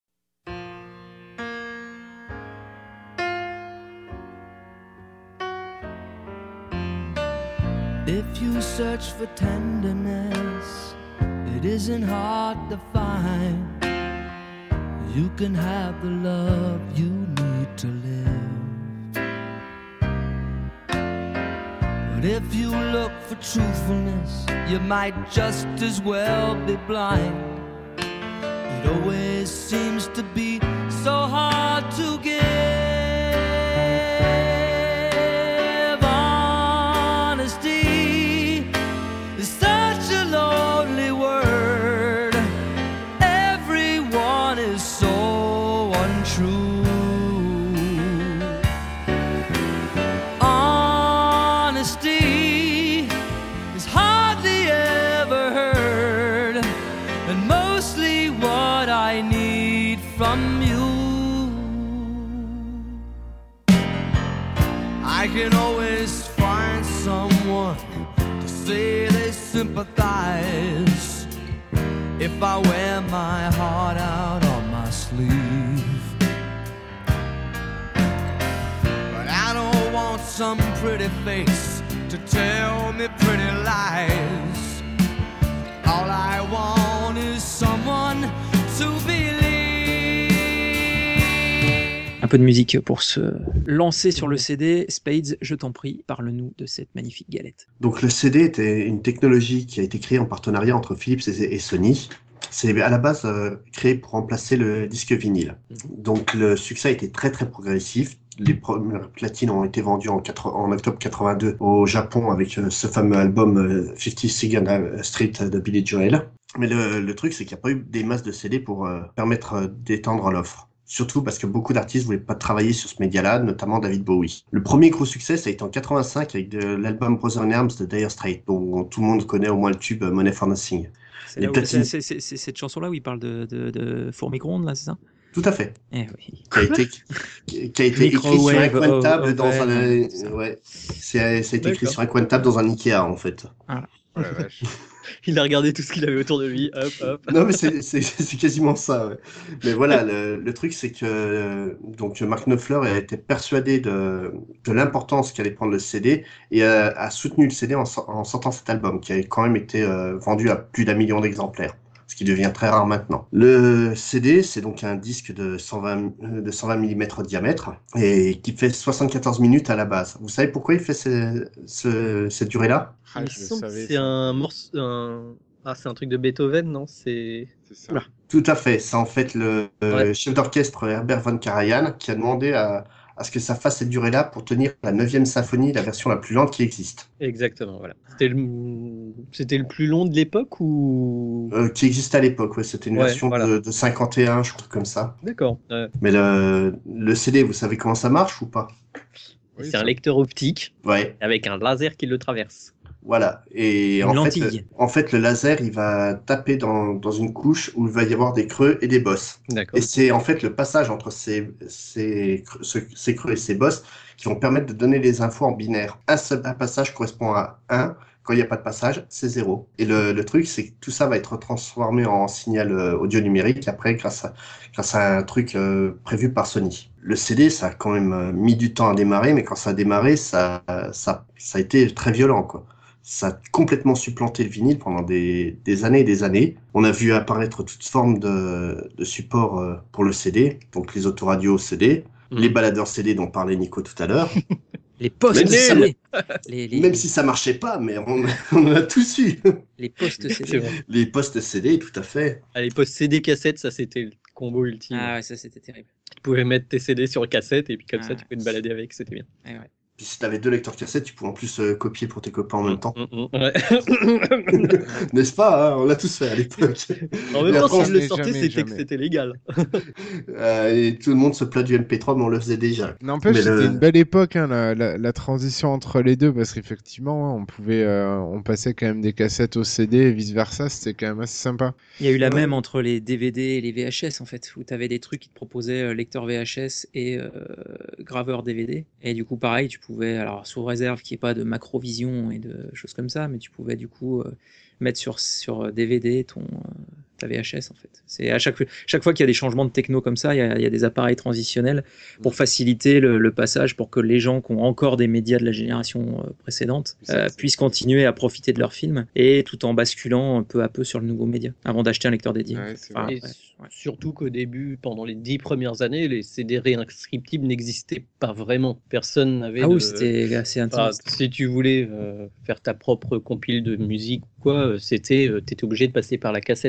If you search for tenderness, it isn't hard to find. You can have the love you need to live. But if you look for truthfulness, you might just as well be blind. It always seems to be so hard to give. Honesty is such a lonely word. Everyone is so untrue. Honesty is hardly ever heard, and mostly what I need from you. I can always find someone to say they sympathize if I wear my heart out on my sleeve. But I don't want some pretty face to tell me pretty lies. All I want is someone to believe. Un peu de musique pour se lancer sur le C D. Spades, je t'en prie, parle-nous de cette magnifique galette. Donc le C D était une technologie qui a été créée en partenariat entre Philips et, et Sony. C'est à la base euh, créé pour remplacer le disque vinyle. Donc le succès a été très très progressif. Les premières platines ont été vendues en, quatre, en octobre quatre-vingt-deux au Japon avec euh, ce fameux album euh, cinquante-second Street de Billy Joel. Mais le, le truc, c'est qu'il n'y a pas eu des masses de C D pour euh, permettre euh, d'étendre l'offre. Surtout parce que beaucoup d'artistes voulaient pas travailler sur ce média-là, notamment David Bowie. Le premier gros succès, ça a été en quatre-vingt-cinq avec de, l'album Brother in Arms de Dire Straits, dont tout le monde connaît au moins le tube Money for Nothing. C'est, là où, platines... c'est, c'est, c'est cette chanson-là où il parle de, de, de four micro-ondes, là, c'est ça? Tout à fait. Eh oui. Qui a été, qui a été écrit sur un coin de table dans un, ouais. C'est, ça a été écrit sur un coin de table dans un Ikea, en fait. Ah. Oh la vache. Il a regardé tout ce qu'il avait autour de lui, hop, hop. Non, mais c'est, c'est, c'est quasiment ça. Ouais. Mais voilà, le, le truc, c'est que donc Mark Knopfler était persuadé de, de l'importance qu'allait prendre le C D et a, a soutenu le C D en, en sortant cet album, qui a quand même été euh, vendu à plus d'un million d'exemplaires, ce qui devient très rare maintenant. Le C D, c'est donc un disque de cent vingt, de cent vingt millimètres de diamètre et qui fait soixante-quatorze minutes à la base. Vous savez pourquoi il fait ce, ce, cette durée-là? Ah, il semble que c'est un morceau, un... Ah, c'est un truc de Beethoven, non? C'est... C'est ça. Tout à fait. C'est en fait le ouais. chef d'orchestre Herbert von Karajan qui a demandé à, à ce que ça fasse cette durée-là pour tenir la neuvième symphonie, la version la plus lente qui existe. Exactement, voilà. C'était le, c'était le plus long de l'époque ou... euh, Qui existait à l'époque, ouais. C'était une ouais, version voilà. de, de cinquante et un, je crois, comme ça. D'accord. Ouais. Mais le, le C D, vous savez comment ça marche ou pas? Oui, c'est ça. Un lecteur optique ouais. avec un laser qui le traverse. Voilà. Et une en lentille. fait, en fait, le laser, il va taper dans, dans une couche où il va y avoir des creux et des bosses. D'accord. Et c'est en fait le passage entre ces, ces, ces creux et ces bosses qui vont permettre de donner les infos en binaire. Un seul un passage correspond à un. Quand il n'y a pas de passage, c'est zéro. Et le, le truc, c'est que tout ça va être transformé en signal audio numérique après grâce à, grâce à un truc euh, prévu par Sony. Le C D, ça a quand même mis du temps à démarrer, mais quand ça a démarré, ça, ça, ça a été très violent, quoi. Ça a complètement supplanté le vinyle pendant des, des années et des années. On a vu apparaître toutes formes de, de supports euh, pour le C D, donc les autoradios C D, mmh. les baladeurs C D dont parlait Nico tout à l'heure. Les postes C D. Les, les... Même si ça marchait pas, mais on, on a tous eu. Les postes C D. Les postes C D, tout à fait. Ah, les postes C D cassettes, ça c'était le combo ultime. Ah ouais, ça c'était terrible. Tu pouvais mettre tes C D sur cassette et puis comme ah, ça tu pouvais te balader avec, c'était bien. Ouais, ouais. Puis si t'avais deux lecteurs cassettes, tu pouvais en plus euh, copier pour tes copains en même temps. Mmh, mmh, ouais. N'est-ce pas, hein, on l'a tous fait à l'époque. En même temps, si je le sortais, c'était jamais. que c'était légal. euh, et tout le monde se plaint du M P trois, mais on le faisait déjà. N'empêche, c'était le... une belle époque, hein, la, la, la transition entre les deux, parce qu'effectivement, on pouvait, euh, on passait quand même des cassettes au C D et vice versa, c'était quand même assez sympa. Il y a eu la ouais. même entre les D V D et les V H S, en fait, où t'avais des trucs qui te proposaient euh, lecteur V H S et euh, graveur D V D. Et du coup, pareil, tu pouvais, alors sous réserve qu'il n'y ait pas de macrovision et de choses comme ça, mais tu pouvais du coup euh, mettre sur, sur D V D ton, euh, ta V H S en fait. C'est à chaque, chaque fois qu'il y a des changements de techno comme ça, il y a, il y a des appareils transitionnels pour faciliter le, le passage, pour que les gens qui ont encore des médias de la génération euh, précédente euh, puissent continuer à profiter de leurs films et tout en basculant peu à peu sur le nouveau média avant d'acheter un lecteur dédié. Ouais, enfin, ouais. Ouais. Surtout qu'au début, pendant les dix premières années, les C D réinscriptibles n'existaient pas vraiment. Personne n'avait. Ah de... oui, c'était assez intéressant. Enfin, si tu voulais euh, faire ta propre compile de musique ou quoi, c'était, euh, t'étais obligé de passer par la cassette. C'est vrai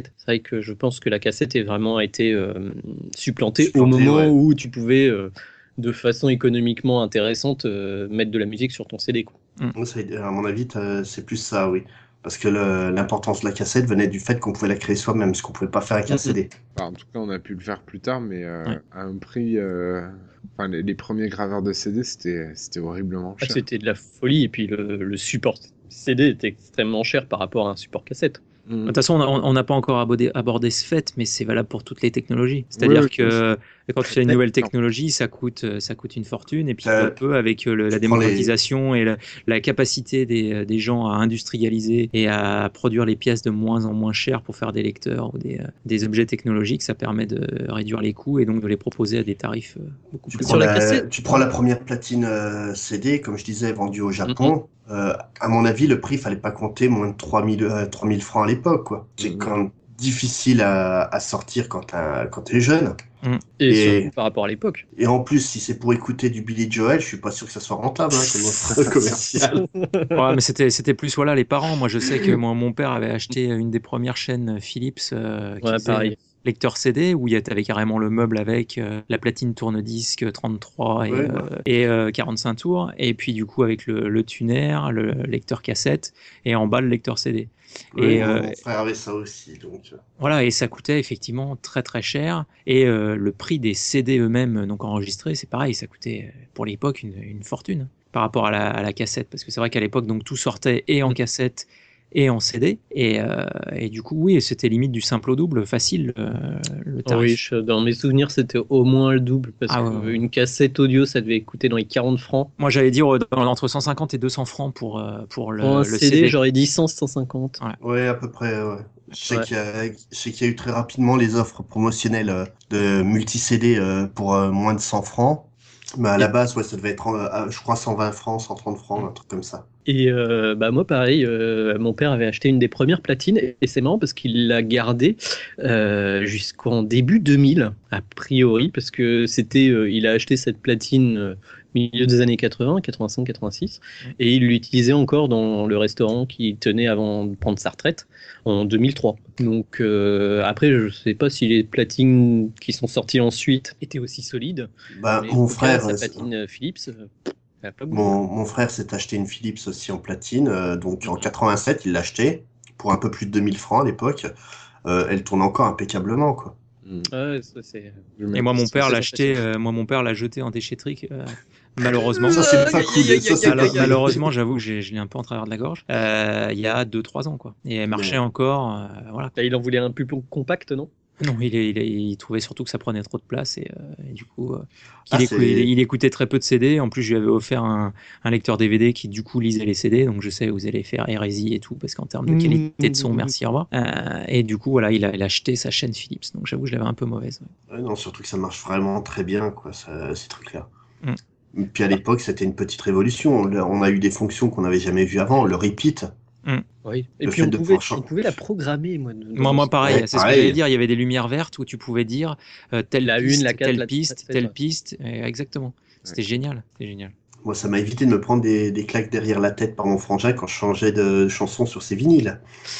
que je pense que la cassette est vraiment été euh, supplantée, Supplantée, au moment ouais. où tu pouvais, euh, de façon économiquement intéressante, euh, mettre de la musique sur ton C D, quoi. Moi, ça, à mon avis, t'as- c'est plus ça, oui. Parce que le- l'importance de la cassette venait du fait qu'on pouvait la créer soi-même, ce qu'on pouvait pas faire avec un Mhm. C D. Enfin, en tout cas, on a pu le faire plus tard, mais euh, Ouais. à un prix. euh, Enfin, les, les premiers graveurs de C D, c'était c'était horriblement Ah, cher. c'était de la folie, et puis le, le support C D était extrêmement cher par rapport à un support cassette. De Mm. toute façon, on- on n'a pas encore abordé, abordé ce fait, mais c'est valable pour toutes les technologies. C'est-à-dire Oui, oui, que quand tu as une Ouais. nouvelle technologie, ça coûte, euh, ça coûte une fortune, et puis peu Euh, à peu, avec euh, le- la tu prends les- démocratisation et la, la capacité des, euh, des gens à industrialiser et à produire les pièces de moins en moins chères pour faire des lecteurs ou des, euh, des objets technologiques, ça permet de réduire les coûts et donc de les proposer à des tarifs euh, beaucoup Tu plus prends, Sur la la, cassette. tu prends la première platine euh, C D, comme je disais, vendue au Japon. Euh, à mon avis, le prix, fallait pas compter moins de trois mille, euh, trois mille francs à l'époque, quoi. C'est Mhm. quand même difficile à, à sortir quand t'as- quand t'es jeune. Et, Et- surtout par rapport à l'époque. Et en plus, si c'est pour écouter du Billy Joel, je suis pas sûr que ça soit rentable hein, comme offre commerciale. Ouais, mais c'était c'était plus voilà les parents. Moi, je sais que moi, mon père avait acheté une des premières chaînes Philips euh, qui Ouais, faisait pareil. lecteur C D où il y avait carrément le meuble avec euh, la platine tourne-disque trente-trois et, Ouais, euh, ouais. et euh, quarante-cinq tours, et puis du coup avec le, le tuner, le lecteur cassette, et en bas le lecteur C D. Oui, Et, mon, euh, mon frère avait ça aussi, donc. euh, Voilà, et ça coûtait effectivement très très cher. Et euh, le prix des C D eux-mêmes, donc enregistrés, c'est pareil, ça coûtait euh, pour l'époque une, une fortune par rapport à la, à la cassette, parce que c'est vrai qu'à l'époque, donc tout sortait et en cassette et en C D, et, euh, et du coup, oui, c'était limite du simple au double, facile euh, le Oh tarif. oui, je- dans mes souvenirs, c'était au moins le double, parce Ah ouais, ouais. qu'une cassette audio, ça devait coûter dans les quarante francs. Moi, j'allais dire euh, dans, entre cent cinquante et deux cents francs pour, euh, pour le, Pour un le C D, C D. j'aurais dit cent, cent cinquante. Ouais, à peu près, ouais. Je sais Ouais. qu'il y a, je sais qu'il y a eu très rapidement les offres promotionnelles euh, de multi-C D euh, pour euh, moins de cent francs. Mais à la Et- base, ouais, ça devait être, euh, à- je crois, cent vingt francs, cent trente francs, un truc comme ça. Et euh, bah moi pareil, euh, mon père avait acheté une des premières platines et, et c'est marrant parce qu'il l'a gardée euh, jusqu'en début deux mille a priori parce que c'était, euh, il a acheté cette platine euh, milieu des années quatre-vingts, quatre-vingt-cinq, quatre-vingt-six et il l'utilisait encore dans le restaurant qu'il tenait avant de prendre sa retraite en deux mille trois. Donc euh, après je sais pas si les platines qui sont sorties ensuite étaient aussi solides. Bah, mais mon en tout cas, frère, sa euh, platine euh, Philips, euh, elle a pas bougé. Mon, mon frère s'est acheté une Philips aussi en platine, euh, donc en quatre-vingt-sept, il l'a acheté pour un peu plus de deux mille francs à l'époque. Euh, elle tourne encore impeccablement, quoi. Mm. Ouais, ça c'est. Et moi, mon C'est père très l'a acheté, impressionnant. euh, moi, mon père l'a jeté en déchetterie, euh, malheureusement. Ça, c'est pas Aïe, cool. aïe, aïe, Ça, aïe, c'est aïe, pas aïe, Alors, cool. aïe. malheureusement, j'avoue que j'ai- je l'ai un peu en travers de la gorge. Euh, il y a deux trois ans, quoi. Et elle marchait Ouais. encore. euh, voilà. Là, il en voulait un plus compact, non? Non, il, est- il, est- il trouvait surtout que ça prenait trop de place et, euh, et du coup, euh, Ah, il, écou- c'est- il- il écoutait très peu de C D. En plus, je lui avais offert un, un lecteur D V D qui du coup lisait les C D, donc je sais où vous allez faire hérésie et tout, parce qu'en termes de qualité de son, merci, au revoir. Euh, et du coup, voilà, il a, il a acheté sa chaîne Philips, donc j'avoue, je l'avais un peu mauvaise. ouais. Ouais, non, surtout que ça marche vraiment très bien, quoi. Ça, ces trucs-là. Mm. Et puis à l'époque, c'était une petite révolution. On, on a eu des fonctions qu'on n'avait jamais vues avant. Le repeat. Oui. Et Le puis fait on de pouvait, pouvoir chan- on pouvait la programmer, moi. dans Moi, mon moi, souvenir. pareil, Ouais, c'est ce que pareil. j'allais dire. Il y avait des lumières vertes où tu pouvais dire euh, telle La piste, une, la quatre, telle la piste, sept, telle ouais. piste. Et exactement. C'était génial. C'était génial. Moi, ça m'a évité de me prendre des, des claques derrière la tête par mon frangin quand je changeais de chanson sur ses vinyles.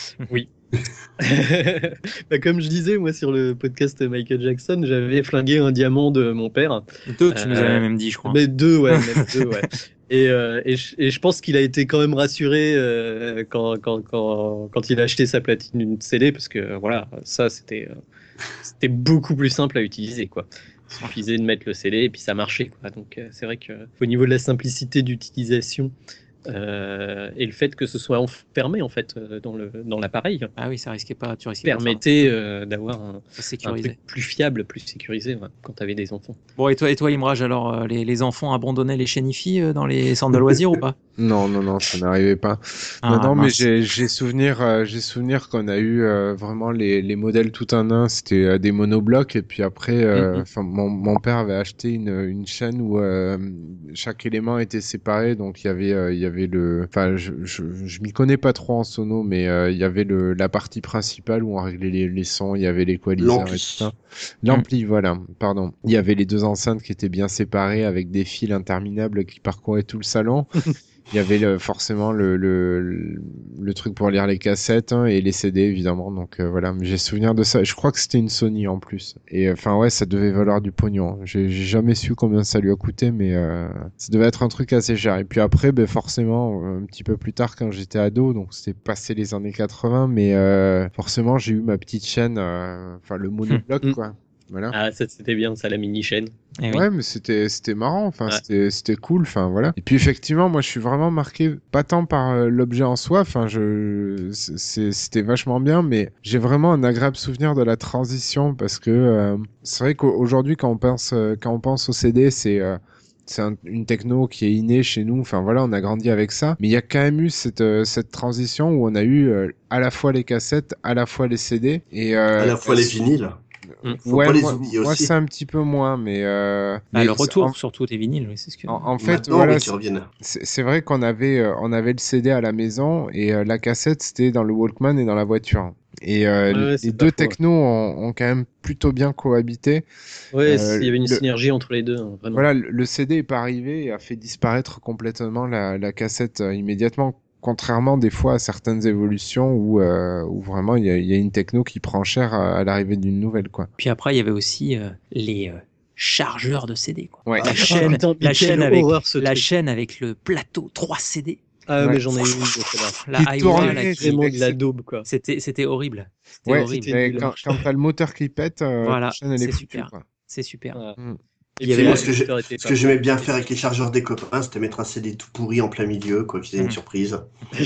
Bah, comme je disais, moi, sur le podcast Michael Jackson, j'avais flingué un diamant de mon père. Deux, tu nous Euh, avais même dit, je crois. Mais deux, ouais, même deux, ouais. Et, euh, et, je, et je pense qu'il a été quand même rassuré euh, quand, quand, quand, quand il a acheté sa platine d'une C D, parce que voilà, ça c'était euh, c'était beaucoup plus simple à utiliser, quoi. Il suffisait de mettre le C D et puis ça marchait, quoi. Donc euh, c'est vrai que au niveau de la simplicité d'utilisation euh, et le fait que ce soit enfermé en fait euh, dans le dans l'appareil Ah oui, ça risquait pas. Tu risquais pas de permettait euh, d'avoir un, faire- un sécuriser. truc plus fiable, plus sécurisé ouais, quand tu avais des enfants. Bon, et toi, et toi, Imraj, alors, euh, les, les enfants abandonnaient les chaînes I F I euh, dans les centres de loisirs ou pas? Non, non, non, ça n'arrivait pas. Ah, non, non, mais mince. j'ai j'ai souvenir, euh, j'ai souvenir qu'on a eu euh, vraiment les, les modèles tout en un, c'était euh, des monoblocs, et puis après, euh, Mhm. enfin, mon, mon père avait acheté une, une chaîne où euh, chaque élément était séparé, donc il y avait, euh, il y avait le, enfin, je, je, je m'y connais pas trop en sono, mais euh, il y avait le, la partie principale où on réglait les, les sons, il y avait l'équaliseur et tout L'ampli. ça. L'ampli, voilà, pardon. Il y avait les deux enceintes qui étaient bien séparées avec des fils interminables qui parcouraient tout le salon. Il y avait le, forcément le, le, le, le truc pour lire les cassettes hein, et les C D évidemment. Donc euh, voilà, j'ai souvenir de ça. Je crois que c'était une Sony en plus. Et enfin ouais, ça devait valoir du pognon. J'ai, j'ai jamais su combien ça lui a coûté, mais euh, ça devait être un truc assez cher. Et puis après, ben forcément, un petit peu plus tard quand j'étais ado, donc c'était passé les années quatre-vingts, mais euh, forcément j'ai eu ma petite chaîne, enfin euh, le monobloc mmh. quoi. Voilà. Ah, ça c'était bien, ça, la mini-chaîne. Eh oui. Ouais, mais c'était, c'était marrant, enfin, ouais. c'était, c'était cool, enfin, voilà. Et puis, effectivement, moi, je suis vraiment marqué, pas tant par euh, l'objet en soi, enfin, je, c'est, c'était vachement bien, mais j'ai vraiment un agréable souvenir de la transition, parce que, euh, c'est vrai qu'aujourd'hui, quand on pense, euh, quand on pense au C D, c'est, euh, c'est un, une techno qui est innée chez nous, enfin, voilà, on a grandi avec ça, mais il y a quand même eu cette, euh, cette transition où on a eu euh, à la fois les cassettes, à la fois les C D, et, euh, à la fois les vinyles. Faut ouais, pas les moi, oublier moi aussi. C'est un petit peu moins, mais, euh, bah, mais le retour en... surtout des vinyles, oui, c'est ce que. En, en fait, voilà, c'est, c'est vrai qu'on avait, euh, on avait le C D à la maison et euh, la cassette c'était dans le Walkman et dans la voiture. Et euh, ouais, ouais, les deux faux, technos ouais. ont, ont quand même plutôt bien cohabité. Ouais, euh, il y avait une le... synergie entre les deux, hein, vraiment. Voilà, le, le C D est pas arrivé et a fait disparaître complètement la, la cassette euh, immédiatement. Contrairement des fois à certaines évolutions où, euh, où vraiment il y, y a une techno qui prend cher à, à l'arrivée d'une nouvelle quoi. Puis après il y avait aussi euh, les euh, chargeurs de C D quoi. Ouais. La chaîne, oh, putain, la chaîne avec la truc. chaîne avec le plateau trois C D. Ah ouais, mais j'en ai eu une de celle-là. La Aiwa, la qui vraiment de la daube quoi. C'était c'était horrible. C'était ouais, horrible. C'était quand, quand t'as le moteur qui pète, euh, voilà, la chaîne elle c'est est foutue, super. Quoi. C'est super. Ouais. Mm. Et puis moi, ce que, ce que j'aimais bien faire avec les chargeurs des copains, c'était mettre un C D tout pourri en plein milieu, quoi, qui faisait mmh. une surprise.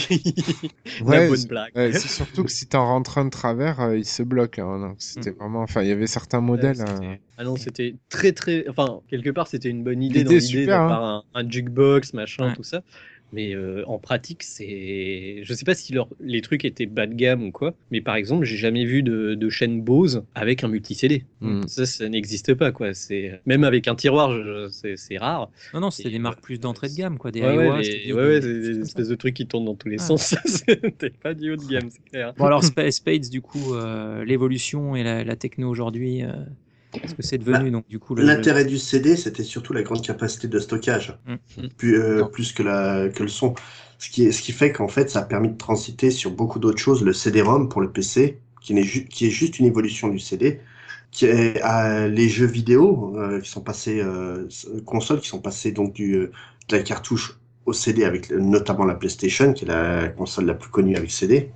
Ouais, bonne blague. Ouais, c'est surtout que si t'en rentres un de travers, euh, il se bloque. Hein, donc c'était mmh. vraiment, enfin, il y avait certains modèles. Ouais, euh... Ah non, c'était très très, enfin, quelque part, c'était une bonne idée dans l'idée d'avoir hein. un, un jukebox, machin, ouais. tout ça. Mais euh, en pratique, c'est. Je sais pas si leur... les trucs étaient bas de gamme ou quoi, mais par exemple, j'ai jamais vu de, de chaîne Bose avec un multi-C D. Mm. Ça, ça n'existe pas, quoi. C'est... Même avec un tiroir, je... c'est... c'est rare. Non, non, c'était Et... des marques plus d'entrée de gamme, quoi. Des ouais, Aiwa, ouais, les... ouais, ouais, c'est des espèces de trucs qui tournent dans tous les ah. sens. C'était pas du haut de gamme, c'est clair. Bon, alors, Spades, du coup, euh, l'évolution et la, la techno aujourd'hui. Euh... Parce que c'est devenu bah, donc du coup le, l'intérêt le... du C D, c'était surtout la grande capacité de stockage, mmh. plus, euh, plus que la que le son. Ce qui est ce qui fait qu'en fait, ça a permis de transiter sur beaucoup d'autres choses. Le C D-ROM pour le P C, qui n'est ju- qui est juste une évolution du C D, qui est euh, les jeux vidéo euh, qui sont passés euh, consoles qui sont passés donc du euh, de la cartouche au C D avec notamment la PlayStation, qui est la console la plus connue avec C D.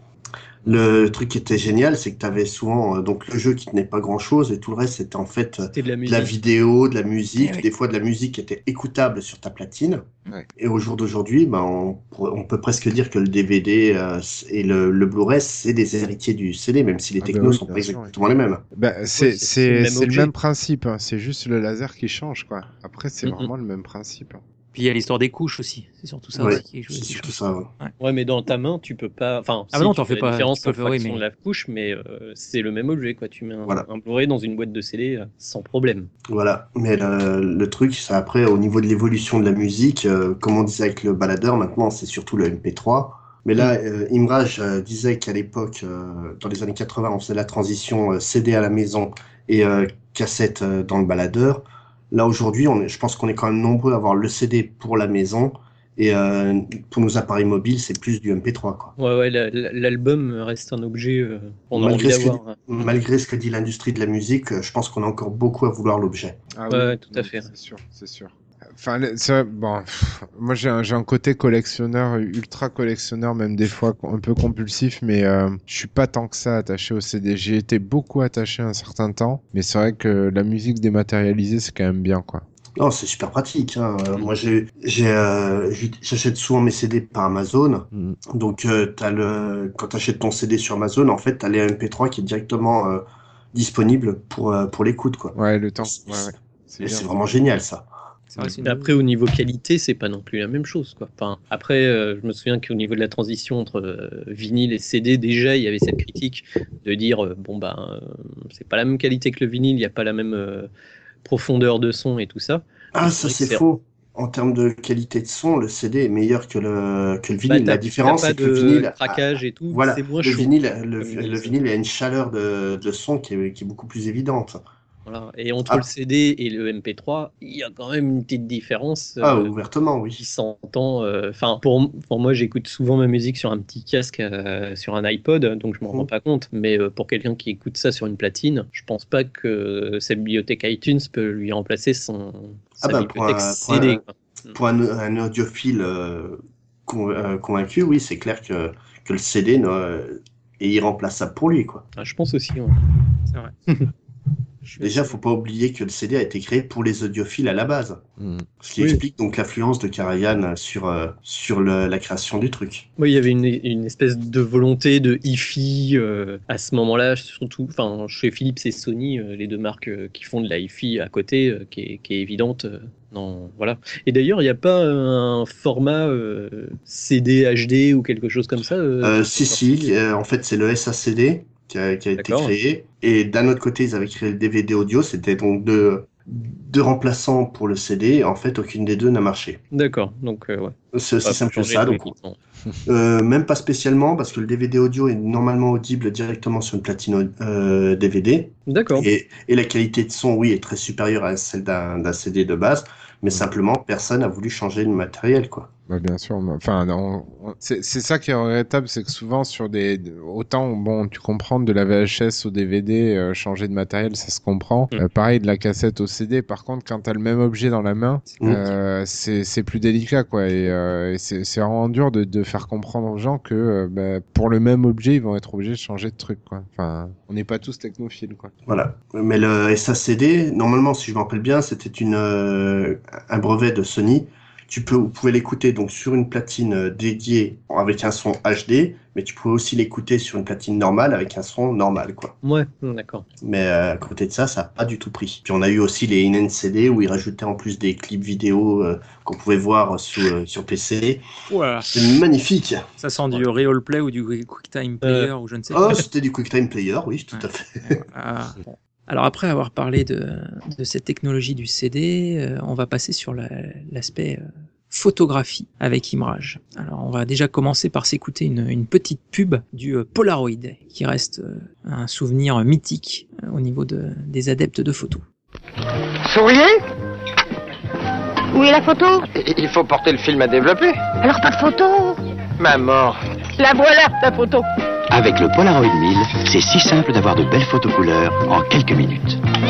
Le truc qui était génial, c'est que tu avais souvent euh, donc le jeu qui tenait pas grand chose et tout le reste c'était en fait c'était de, la de la vidéo, de la musique, eh oui. des fois de la musique qui était écoutable sur ta platine. Ouais. Et au jour d'aujourd'hui, bah, on, on peut presque dire que le D V D euh, et le, le Blu-ray c'est des héritiers du C D, même si les ah technos bah oui, sont pas sûr, exactement oui. les mêmes. Bah, c'est ouais, c'est, c'est, le, même c'est le même principe, hein. C'est juste le laser qui change quoi. Après c'est mm-hmm. vraiment le même principe. Puis il y a l'histoire des couches aussi, c'est surtout ça ouais, aussi qui est joué. C'est surtout ça. Ouais. Ouais. ouais, mais dans ta main, tu peux pas. Enfin, ah si, non, t'en fais la pas. Différence entre oui, mais... la couche, mais euh, c'est le même objet, quoi. Tu mets un, voilà. un Blu-ray dans une boîte de C D euh, sans problème. Voilà, mais le, le truc, c'est après au niveau de l'évolution de la musique, euh, comme on disait avec le baladeur, maintenant c'est surtout le M P trois. Mais là, euh, Imraj euh, disait qu'à l'époque, euh, dans les années quatre-vingts, on faisait la transition euh, C D à la maison et euh, cassette euh, dans le baladeur. Là, aujourd'hui, on est, je pense qu'on est quand même nombreux à avoir le C D pour la maison et euh, pour nos appareils mobiles, c'est plus du M P trois. Quoi. Ouais, ouais, la, la, l'album reste un objet euh, qu'on a malgré envie ce d'avoir. Que, malgré ce que dit l'industrie de la musique, je pense qu'on a encore beaucoup à vouloir l'objet. Ah, ouais, oui, ouais, tout à fait. C'est sûr, c'est sûr. Enfin, c'est, bon, pff, moi j'ai un, j'ai un côté collectionneur, ultra collectionneur, même des fois un peu compulsif, mais euh, je suis pas tant que ça attaché au C D. J'ai été beaucoup attaché un certain temps, mais c'est vrai que la musique dématérialisée, c'est quand même bien, quoi. Non, c'est super pratique. Hein. Euh, moi, j'ai, j'ai, euh, j'achète souvent mes C D par Amazon. Mmh. Donc, euh, t'as le, quand t'achètes ton C D sur Amazon, en fait, t'as les M P trois qui est directement euh, disponible pour euh, pour l'écoute, quoi. Ouais, le temps. Ouais, ouais. C'est, c'est vraiment génial, ça. Ouais, mais après, au niveau qualité, c'est pas non plus la même chose, quoi. Enfin, après, euh, je me souviens qu'au niveau de la transition entre euh, vinyle et C D, déjà, il y avait cette critique de dire euh, bon, bah, euh, c'est pas la même qualité que le vinyle, il n'y a pas la même euh, profondeur de son et tout ça. Ah, ça, c'est, c'est faux. En termes de qualité de son, le C D est meilleur que le, que le vinyle. Bah, la différence, c'est que le vinyle. Craquage et tout, voilà, c'est moins le chaud. Vinyle, le, le vinyle a une chaleur de, de son qui est, qui est beaucoup plus évidente. Voilà. Et entre Ah. le C D et le M P trois, il y a quand même une petite différence. Ah, euh, ouvertement, oui. qui s'entend. Enfin, pour, pour moi, j'écoute souvent ma musique sur un petit casque, euh, sur un iPod, donc je m'en Mhm. rends pas compte. Mais euh, pour quelqu'un qui écoute ça sur une platine, je pense pas que sa bibliothèque iTunes peut lui remplacer son sa Ah bah, pour bibliothèque un- pour C D. un- quoi. Pour un, un audiophile euh, con- euh, convaincu, oui, c'est clair que, que le C D euh, est irremplaçable pour lui, quoi. Ah, je pense aussi. Ouais. C'est vrai. Je suis Déjà, assez- faut pas oublier que le C D a été créé pour les audiophiles à la base. Mm. Ce qui Oui. explique donc l'influence de Karajan sur, euh, sur le- la création du truc. Oui, il y avait une, une espèce de volonté de hi-fi euh, à ce moment-là, surtout enfin, chez Philips et Sony, euh, les deux marques euh, qui font de la hi-fi à côté, euh, qui, est, qui est évidente. euh, non, voilà. Et d'ailleurs, il n'y a pas un format euh, C D H D ou quelque chose comme ça euh, Euh, qui est si, sorti si, euh, en fait, c'est le S A C D qui a, qui a été D'accord. créé. Et d'un autre côté, ils avaient créé le D V D audio. C'était donc deux, deux remplaçants pour le C D. En fait, aucune des deux n'a marché. D'accord, donc euh, ouais. C'est aussi Pas simple que changer ça. de Donc, l'équipement. euh, même pas spécialement, parce que le D V D audio est normalement audible directement sur une platine euh, D V D. D'accord. Et, et la qualité de son, oui, est très supérieure à celle d'un d'un C D de base. Mais simplement, personne n'a voulu changer le matériel, quoi. Bah, bien sûr, mais- enfin, non, on- c'est c'est ça qui est regrettable, c'est que souvent sur des, autant bon, tu comprends de la V H S au D V D, euh, changer de matériel, ça se comprend. Mm. Euh, pareil de la cassette au C D. Par contre, quand t'as le même objet dans la main, Mm. euh, c'est c'est plus délicat, quoi. Et, euh, et c'est c'est vraiment dur de, de faire comprendre aux gens que euh, bah, pour le même objet, ils vont être obligés de changer de truc, quoi. Enfin, on n'est pas tous technophiles, quoi. Voilà. Mais le S A C D, normalement, si je me rappelle bien, c'était une euh, un brevet de Sony. Tu peux, vous pouvez l'écouter donc sur une platine euh, dédiée avec un son H D, mais tu pouvais aussi l'écouter sur une platine normale avec un son normal, quoi. Ouais, d'accord. Mais euh, à côté de ça, ça n'a pas du tout pris. Puis on a eu aussi les in-end C D où ils rajoutaient en plus des clips vidéo euh, qu'on pouvait voir sous, euh, sur P C. Voilà. C'est magnifique. Ça sent du Real Play ou du QuickTime Player ou je ne sais Oh, pas. c'était du QuickTime Player, oui, tout Ouais. à fait. Ah, bon. Alors après avoir parlé de, de cette technologie du C D, euh, on va passer sur la- l'aspect euh, photographie avec Imraj. Alors on va déjà commencer par s'écouter une, une petite pub du euh, Polaroid qui reste euh, un souvenir mythique euh, au niveau de, des adeptes de photo. Souriez. Où est la photo? Il faut porter le film à développer. Alors pas de photo. Maman. La voilà, ta photo. Avec le Polaroid mille, c'est si simple d'avoir de belles photos couleurs en quelques minutes.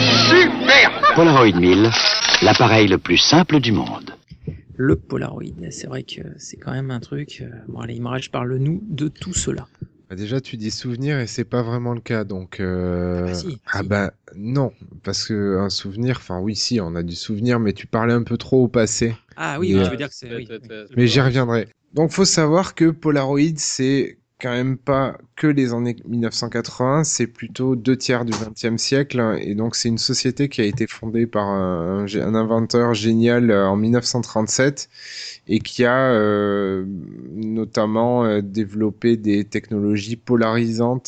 Super. Polaroid mille, l'appareil le plus simple du monde. Le Polaroid, c'est vrai que c'est quand même un truc... euh, Bon allez Imraj, parle-nous de tout cela. Bah, déjà, tu dis souvenir et c'est pas vraiment le cas, donc. Euh... Ah bah si, ah si. bah non, parce que un souvenir, enfin oui, si, on a du souvenir, mais tu parlais un peu trop au passé. Ah oui, Et, oui, euh, tu veux dire que c'est... oui, oui. Mais j'y reviendrai. Donc, faut savoir que Polaroid, c'est quand même pas que les années mille neuf cent quatre-vingts, c'est plutôt deux tiers du vingtième siècle, hein, et donc c'est une société qui a été fondée par un, un, un inventeur génial euh, en mille neuf cent trente-sept et qui a euh, notamment euh, développé des technologies polarisantes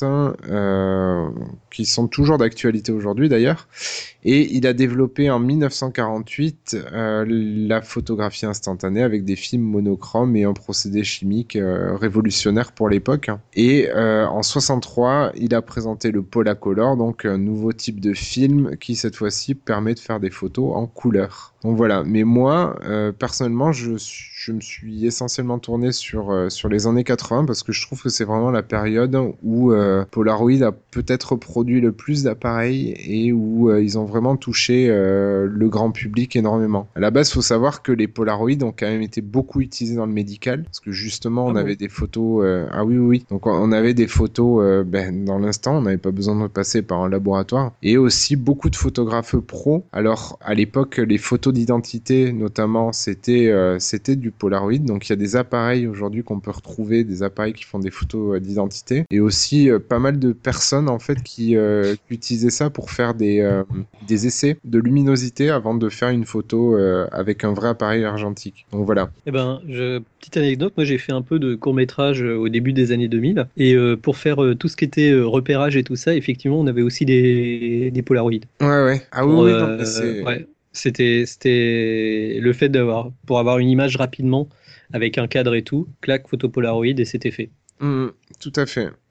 euh, qui sont toujours d'actualité aujourd'hui d'ailleurs. Et il a développé en mille neuf cent quarante-huit euh, la photographie instantanée avec des films monochromes et un procédé chimique euh, révolutionnaire pour l'époque. Et euh, en soixante-trois, il a présenté le Polacolor, donc un nouveau type de film qui cette fois-ci permet de faire des photos en couleur. Donc voilà, mais moi, euh, personnellement, je, je me suis essentiellement tourné sur, euh, sur les années quatre-vingts parce que je trouve que c'est vraiment la période où euh, Polaroid a peut-être produit le plus d'appareils et où euh, ils ont vraiment touché euh, le grand public énormément. À la base, il faut savoir que les Polaroid ont quand même été beaucoup utilisés dans le médical parce que justement, on Ah bon avait des photos... Euh... Ah oui, oui, oui. Donc on avait des photos euh, ben, dans l'instant, on n'avait pas besoin de passer par un laboratoire. Et aussi beaucoup de photographes pros. Alors, à l'époque, les photos d'identité, notamment, c'était euh, c'était du Polaroid. Donc il y a des appareils aujourd'hui qu'on peut retrouver, des appareils qui font des photos euh, d'identité. Et aussi euh, pas mal de personnes, en fait, qui, euh, qui utilisaient ça pour faire des, euh, des essais de luminosité avant de faire une photo euh, avec un vrai appareil argentique. Donc voilà. Eh ben, je... petite anecdote, moi j'ai fait un peu de court-métrage euh, au début des années deux mille. Et euh, pour faire euh, tout ce qui était euh, repérage et tout ça, effectivement, on avait aussi des, des Polaroid. Ouais, ouais. Ah oui, Pour, oui. euh, Non, mais c'est... ouais. C'était, c'était le fait d'avoir, pour avoir une image rapidement, avec un cadre et tout, clac, photo Polaroid et c'était fait. Mmh, tout à fait.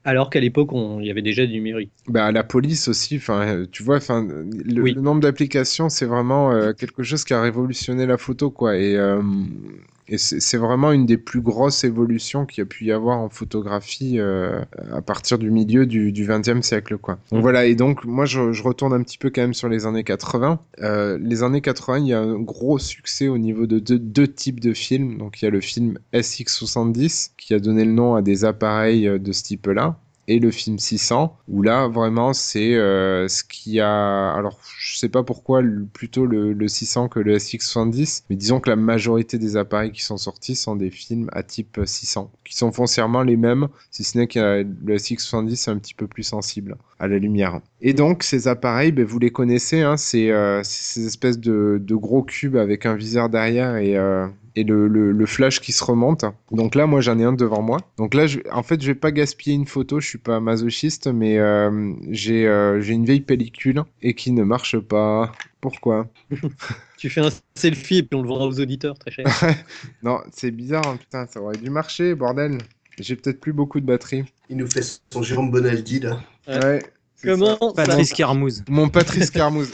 Alors qu'à l'époque, on- il y avait déjà du numérique. Bah, la police aussi, enfin, tu vois, enfin, le, Oui. le nombre d'applications, c'est vraiment euh, quelque chose qui a révolutionné la photo, quoi. Et, euh, et c'est c'est vraiment une des plus grosses évolutions qu'il y a pu y avoir en photographie euh, à partir du milieu du, du vingtième siècle, quoi. Donc voilà, et donc moi je, je retourne un petit peu quand même sur les années quatre-vingts. Euh, les années quatre-vingts, il y a un gros succès au niveau de deux, deux types de films. Donc il y a le film S X soixante-dix qui a donné le nom à des appareils euh, de ce type-là. Et le film six cents, où là, vraiment, c'est euh, ce qui a... Alors, je sais pas pourquoi, le- plutôt le, le six cents que le S X soixante-dix, mais disons que la majorité des appareils qui sont sortis sont des films à type six cents, qui sont foncièrement les mêmes, si ce n'est que euh, le S X soixante-dix est un petit peu plus sensible à la lumière. Et donc, ces appareils, ben, vous les connaissez, hein, c'est euh, c'est ces espèces de, de gros cubes avec un viseur derrière et... Euh, et le, le, le flash qui se remonte. Donc là, moi, j'en ai un devant moi. Donc là, je, en fait, je vais pas gaspiller une photo, je suis pas masochiste, mais euh, j'ai euh, j'ai une vieille pellicule et qui ne marche pas. Pourquoi? Tu fais un selfie et puis on le vendra aux auditeurs, très cher. Non, c'est bizarre, hein, putain, ça aurait dû marcher, bordel. J'ai peut-être plus beaucoup de batterie. Il nous fait son Jérôme Bonaldi, là. Ouais. c'est Comment ça. ça Patrice Carmouze. Mon Patrice Carmouze.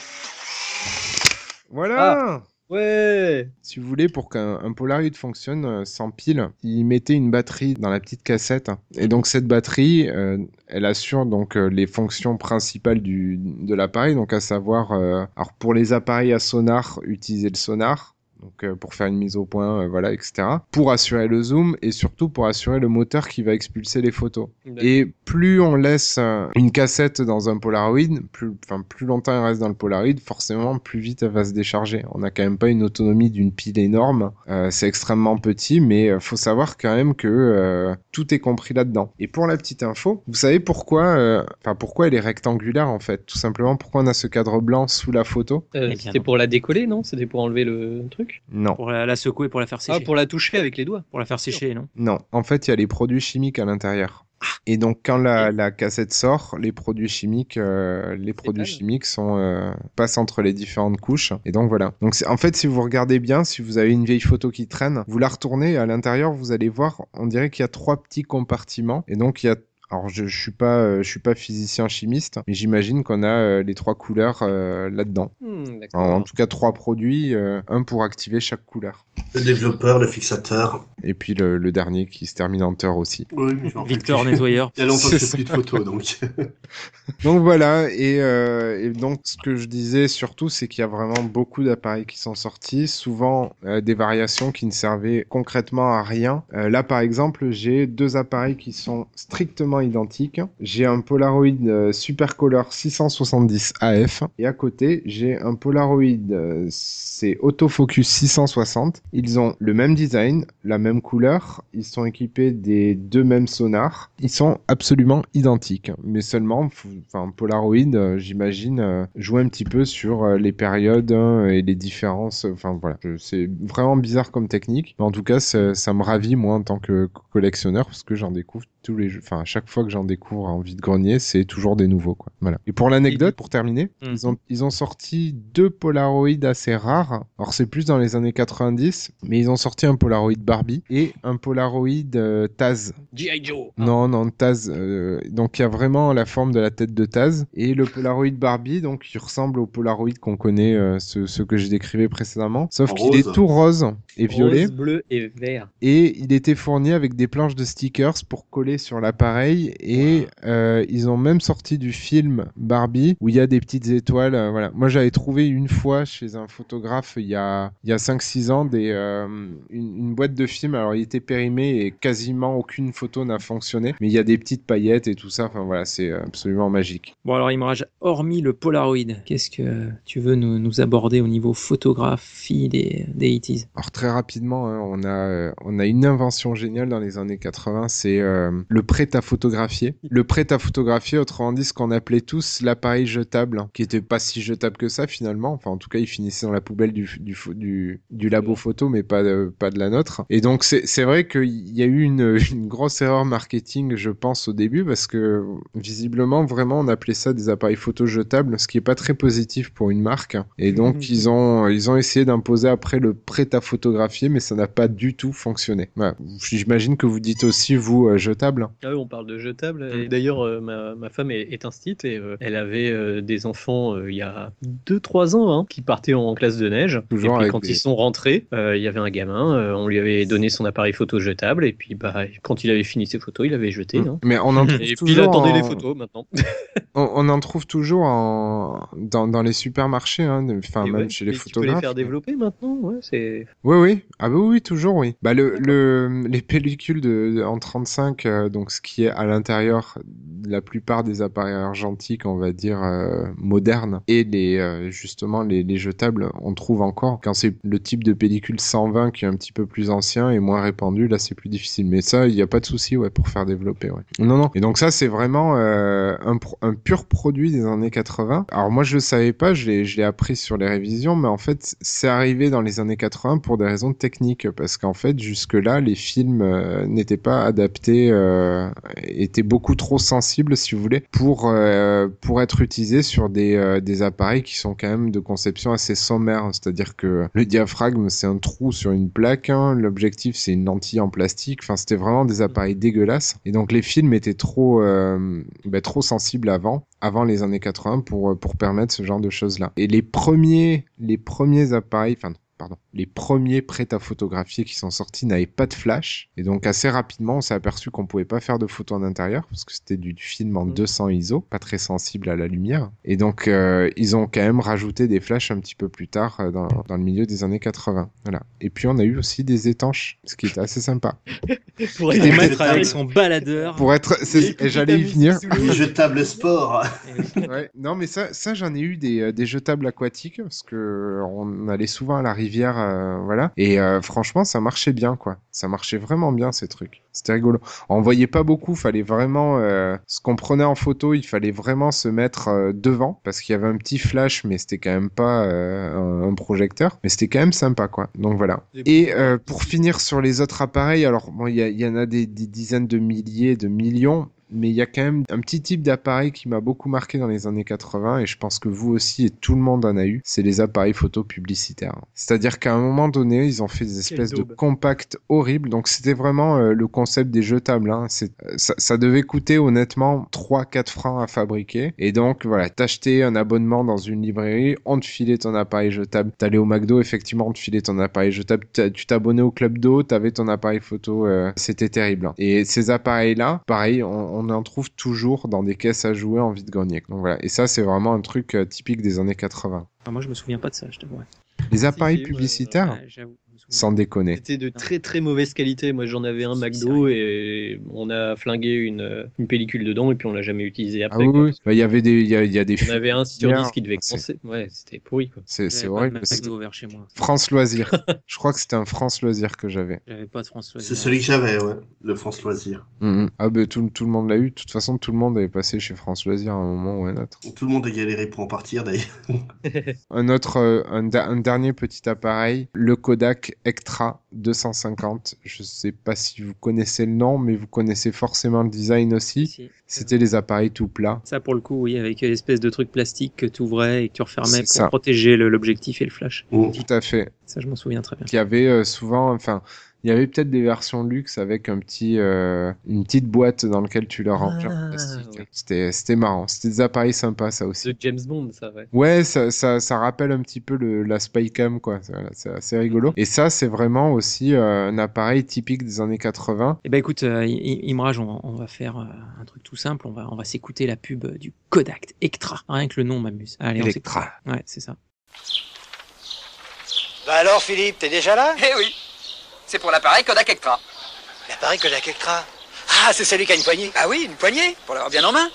Voilà. Ouais. Si vous voulez, pour qu'un un Polaroid fonctionne euh, sans pile, il mettait une batterie dans la petite cassette. Et donc cette batterie, euh, elle assure donc euh, les fonctions principales du, de l'appareil, donc à savoir, euh, alors pour les appareils à sonar, utiliser le sonar. Donc euh, pour faire une mise au point, euh, voilà, et cetera. Pour assurer le zoom et surtout pour assurer le moteur qui va expulser les photos. D'accord. Et plus on laisse euh, une cassette dans un Polaroid, plus, enfin plus longtemps elle reste dans le Polaroid, forcément plus vite elle va se décharger. On n'a quand même pas une autonomie d'une pile énorme. Euh, c'est extrêmement petit, mais euh, faut savoir quand même que euh, tout est compris là-dedans. Et pour la petite info, vous savez pourquoi, euh, enfin pourquoi elle est rectangulaire en fait. Tout simplement pourquoi on a ce cadre blanc sous la photo. Euh, Eh bien, C'était non. pour la décoller, non? C'était pour enlever le truc? Non. Pour la, la secouer, pour la faire sécher. Ah, pour la toucher avec les doigts. Pour la faire sécher, non? Non, en fait, il y a les produits chimiques à l'intérieur. Et donc, quand la, la cassette sort, les produits chimiques, euh, les produits Étalent. chimiques sont euh, passent entre les différentes couches. Et donc voilà. Donc c'est- en fait, si vous regardez bien, si vous avez une vieille photo qui traîne, vous la retournez et à l'intérieur, vous allez voir, on dirait qu'il y a trois petits compartiments. Et donc il y a alors je, je suis pas euh, je suis pas physicien chimiste, mais j'imagine qu'on a euh, les trois couleurs euh, là-dedans. Hmm, d'accord. En, en tout cas, trois produits, euh, un pour activer chaque couleur. Le développeur, le fixateur. Et puis le, le dernier qui se termine en teur aussi. Oui, mais je m'en rappelle Victor plus. Nettoyeur. Il y a longtemps que C'est je fais plus de photos, donc. Donc voilà, et, euh, et donc ce que je disais surtout, c'est qu'il y a vraiment beaucoup d'appareils qui sont sortis, souvent euh, des variations qui ne servaient concrètement à rien. Euh, là par exemple, j'ai deux appareils qui sont strictement identiques. J'ai un Polaroid euh, Supercolor six cent soixante-dix A F, et à côté, j'ai un Polaroid, euh, c'est Autofocus six cent soixante. Ils ont le même design, la même couleur, ils sont équipés des deux mêmes sonars, ils sont absolument identiques, mais seulement, f- enfin Polaroid, euh, j'imagine, euh, joue un petit peu sur euh, les périodes hein, et les différences, enfin voilà, Je- c'est vraiment bizarre comme technique, mais en tout cas, ça, ça me ravit moi en tant que co- collectionneur, parce que j'en découvre tous les jours, enfin à chaque fois que j'en découvre en vide-grenier, c'est toujours des nouveaux, quoi. Voilà. Et pour l'anecdote, pour terminer, Mhm. ils ont ils ont sorti deux Polaroid assez rares. Alors c'est plus dans les années quatre-vingt-dix, mais ils ont sorti un Polaroid Barbie et un Polaroid euh, Taz. G I. Joe. Non, non, Taz. euh, donc il y a vraiment la forme de la tête de Taz. Et le Polaroid Barbie, donc il ressemble au Polaroid qu'on connaît, euh, ce, ce que je décrivais précédemment. Sauf En qu'il rose. est tout rose et violet. Rose, bleu et vert. Et il était fourni avec des planches de stickers pour coller sur l'appareil. Et euh, ils ont même sorti du film Barbie où il y a des petites étoiles. euh, voilà. Moi, j'avais trouvé une fois chez un photographe il y a, il y a cinq six ans des, euh, une, une boîte de film. Alors, il était périmé et quasiment aucune photo n'a fonctionné. Mais il y a des petites paillettes et tout ça. Enfin, voilà, c'est absolument magique. Bon, alors, Imraj, hormis le Polaroid, qu'est-ce que tu veux nous, nous aborder au niveau photographie des, des eighties? Alors très rapidement, hein, on a euh, on a une invention géniale dans les années quatre-vingts, c'est euh, le prêt à photographier. Le prêt à photographier, autrement dit, ce qu'on appelait tous l'appareil jetable, hein, qui était pas si jetable que ça finalement. Enfin, en tout cas, il finissait dans la poubelle du du du, du labo photo, mais pas de, pas de la nôtre. Et donc c'est c'est vrai qu'il y a eu une une grosse erreur marketing, je pense, au début, parce que visiblement, vraiment, on appelait ça des appareils photo jetables, ce qui est pas très positif pour une marque. Et donc ils ont ils ont essayé d'imposer après le prêt à photographier, mais ça n'a pas du tout fonctionné. Voilà. J'imagine que vous dites aussi vous euh, jetable. jetables. Ah oui, on parle de jetables. Et d'ailleurs, euh, ma, ma femme est, est instite et euh, elle avait euh, des enfants euh, il y a deux trois ans hein, qui partaient en classe de neige. Toujours et puis avec quand des... ils sont rentrés, euh, il y avait un gamin, euh, on lui avait donné son appareil photo jetable et puis bah, quand il avait fini ses photos, il avait jeté. Hein. Mais on en trouve et toujours puis il attendait en... les photos maintenant. on, on en trouve toujours en... dans, dans les supermarchés, hein, enfin, même ouais, chez les mais photographes. Tu peux les faire développer maintenant, ouais, c'est... Oui, oui. Ah bah oui, toujours, oui. Bah le, le, les pellicules de, de en trente-cinq, euh, donc ce qui est à l'intérieur de la plupart des appareils argentiques, on va dire, euh, modernes, et les, euh, justement, les, les jetables, on trouve encore. Quand c'est le type de pellicule cent vingt qui est un petit peu plus ancien et moins répandu, là, c'est plus difficile. Mais ça, il n'y a pas de souci, ouais, pour faire développer, ouais. Non, non. Et donc ça, c'est vraiment euh, un, un pur produit des années quatre-vingts. Alors moi, je le savais pas, je l'ai, je l'ai appris sur les révisions, mais en fait, c'est arrivé dans les années quatre-vingts pour des raisons techniques, parce qu'en fait, jusque-là, les films euh, n'étaient pas adaptés, euh, étaient beaucoup trop sensibles, si vous voulez, pour euh, pour être utilisés sur des euh, des appareils qui sont quand même de conception assez sommaire. C'est-à-dire que le diaphragme, c'est un trou sur une plaque, hein, l'objectif, c'est une lentille en plastique. Enfin, c'était vraiment des appareils dégueulasses. Et donc, les films étaient trop euh, bah, trop sensibles avant, avant les années quatre-vingts, pour pour permettre ce genre de choses-là. Et les premiers les premiers appareils, enfin Pardon. Les premiers prêts à photographier qui sont sortis n'avaient pas de flash. Et donc, assez rapidement, on s'est aperçu qu'on pouvait pas faire de photos en intérieur parce que c'était du, du film en deux cents I S O, pas très sensible à la lumière. Et donc, euh, ils ont quand même rajouté des flashs un petit peu plus tard euh, dans, dans le milieu des années quatre-vingts. Voilà. Et puis, on a eu aussi des étanches, ce qui était assez sympa. Pour être avec son baladeur. Pour être, c'est, et j'allais y venir. Les jetables sport. Ouais. Non, mais ça, ça, j'en ai eu des, des jetables aquatiques parce que on allait souvent à la rivière, euh, voilà. Et euh, franchement, ça marchait bien, quoi. Ça marchait vraiment bien, ces trucs. C'était rigolo. On voyait pas beaucoup, fallait vraiment... Euh, ce qu'on prenait en photo, il fallait vraiment se mettre euh, devant, parce qu'il y avait un petit flash, mais c'était quand même pas euh, un, un projecteur. Mais c'était quand même sympa, quoi. Donc voilà. Et euh, pour finir sur les autres appareils, alors bon, il y, y en a des, des dizaines de milliers, de millions, mais il y a quand même un petit type d'appareil qui m'a beaucoup marqué dans les années quatre-vingts, et je pense que vous aussi, et tout le monde en a eu, c'est les appareils photo publicitaires. C'est-à-dire qu'à un moment donné, ils ont fait des espèces de compacts horribles, donc c'était vraiment euh, le concept des jetables, hein. C'est, euh, ça, ça devait coûter honnêtement trois à quatre francs à fabriquer, et donc voilà, t'achetais un abonnement dans une librairie, on te filait ton appareil jetable, t'allais au McDo, effectivement, on te filait ton appareil jetable, tu t'abonnais au Club d'eau, t'avais ton appareil photo, euh, c'était terrible, hein. Et ces appareils-là, pareil, on, on on en trouve toujours dans des caisses à jouer en vide-grenier. Donc voilà. Et ça, c'est vraiment un truc euh, typique des années quatre-vingts. Ah, moi, je me souviens pas de ça, je t'avoue. Les appareils si, si, publicitaires ouais, j'avoue. Sans déconner. C'était de très très mauvaise qualité. Moi j'en avais un McDo et on a flingué une, une pellicule dedans et puis on l'a jamais utilisé après. Ah oui, oui. Bah, il y avait des, il y a, il y a des. On avait un sur dix qui devait commencer. Ouais, c'était pourri quoi. C'est, c'est horrible. McDo ouvert chez moi. France Loisir. Je crois que c'était un France Loisir que j'avais. J'avais pas de France Loisir. C'est celui que j'avais, ouais. Le France Loisir. Mmh. Ah bah tout, tout le monde l'a eu. De toute façon, tout le monde est passé chez France Loisir à un moment ou à un autre. Tout le monde a galéré pour en partir d'ailleurs. un autre, euh, un, da- un dernier petit appareil, le Kodak Ektra deux cent cinquante. Je sais pas si vous connaissez le nom, mais vous connaissez forcément le design aussi. Si. C'était les appareils tout plats. Ça pour le coup, oui, avec l'espèce de truc plastique que tu ouvrais et que tu refermais C'est pour ça. protéger le, l'objectif et le flash. Mmh. Tout à fait. Ça, je m'en souviens très bien. Qui avait euh, souvent, enfin, il y avait peut-être des versions luxe avec un petit, euh, une petite boîte dans laquelle tu le ranges. Ah, ouais. C'était, c'était marrant. C'était des appareils sympas, ça aussi. De James Bond, ça, ouais. Ouais, ça, ça, ça rappelle un petit peu le, la Spycam, quoi. C'est, c'est assez rigolo. Et ça, c'est vraiment aussi euh, un appareil typique des années quatre-vingts. Eh ben écoute, euh, Imraj, on, on va faire euh, un truc tout simple. On va, on va s'écouter la pub du Kodak Ektra. Rien que le nom m'amuse. Allez, Ektra. Ouais, c'est ça. Bah alors, Philippe, t'es déjà là? Eh oui. C'est pour l'appareil Kodak Ektra. L'appareil Kodak Ektra? Ah, c'est celui qui a une poignée? Ah oui, une poignée, pour l'avoir bien en main.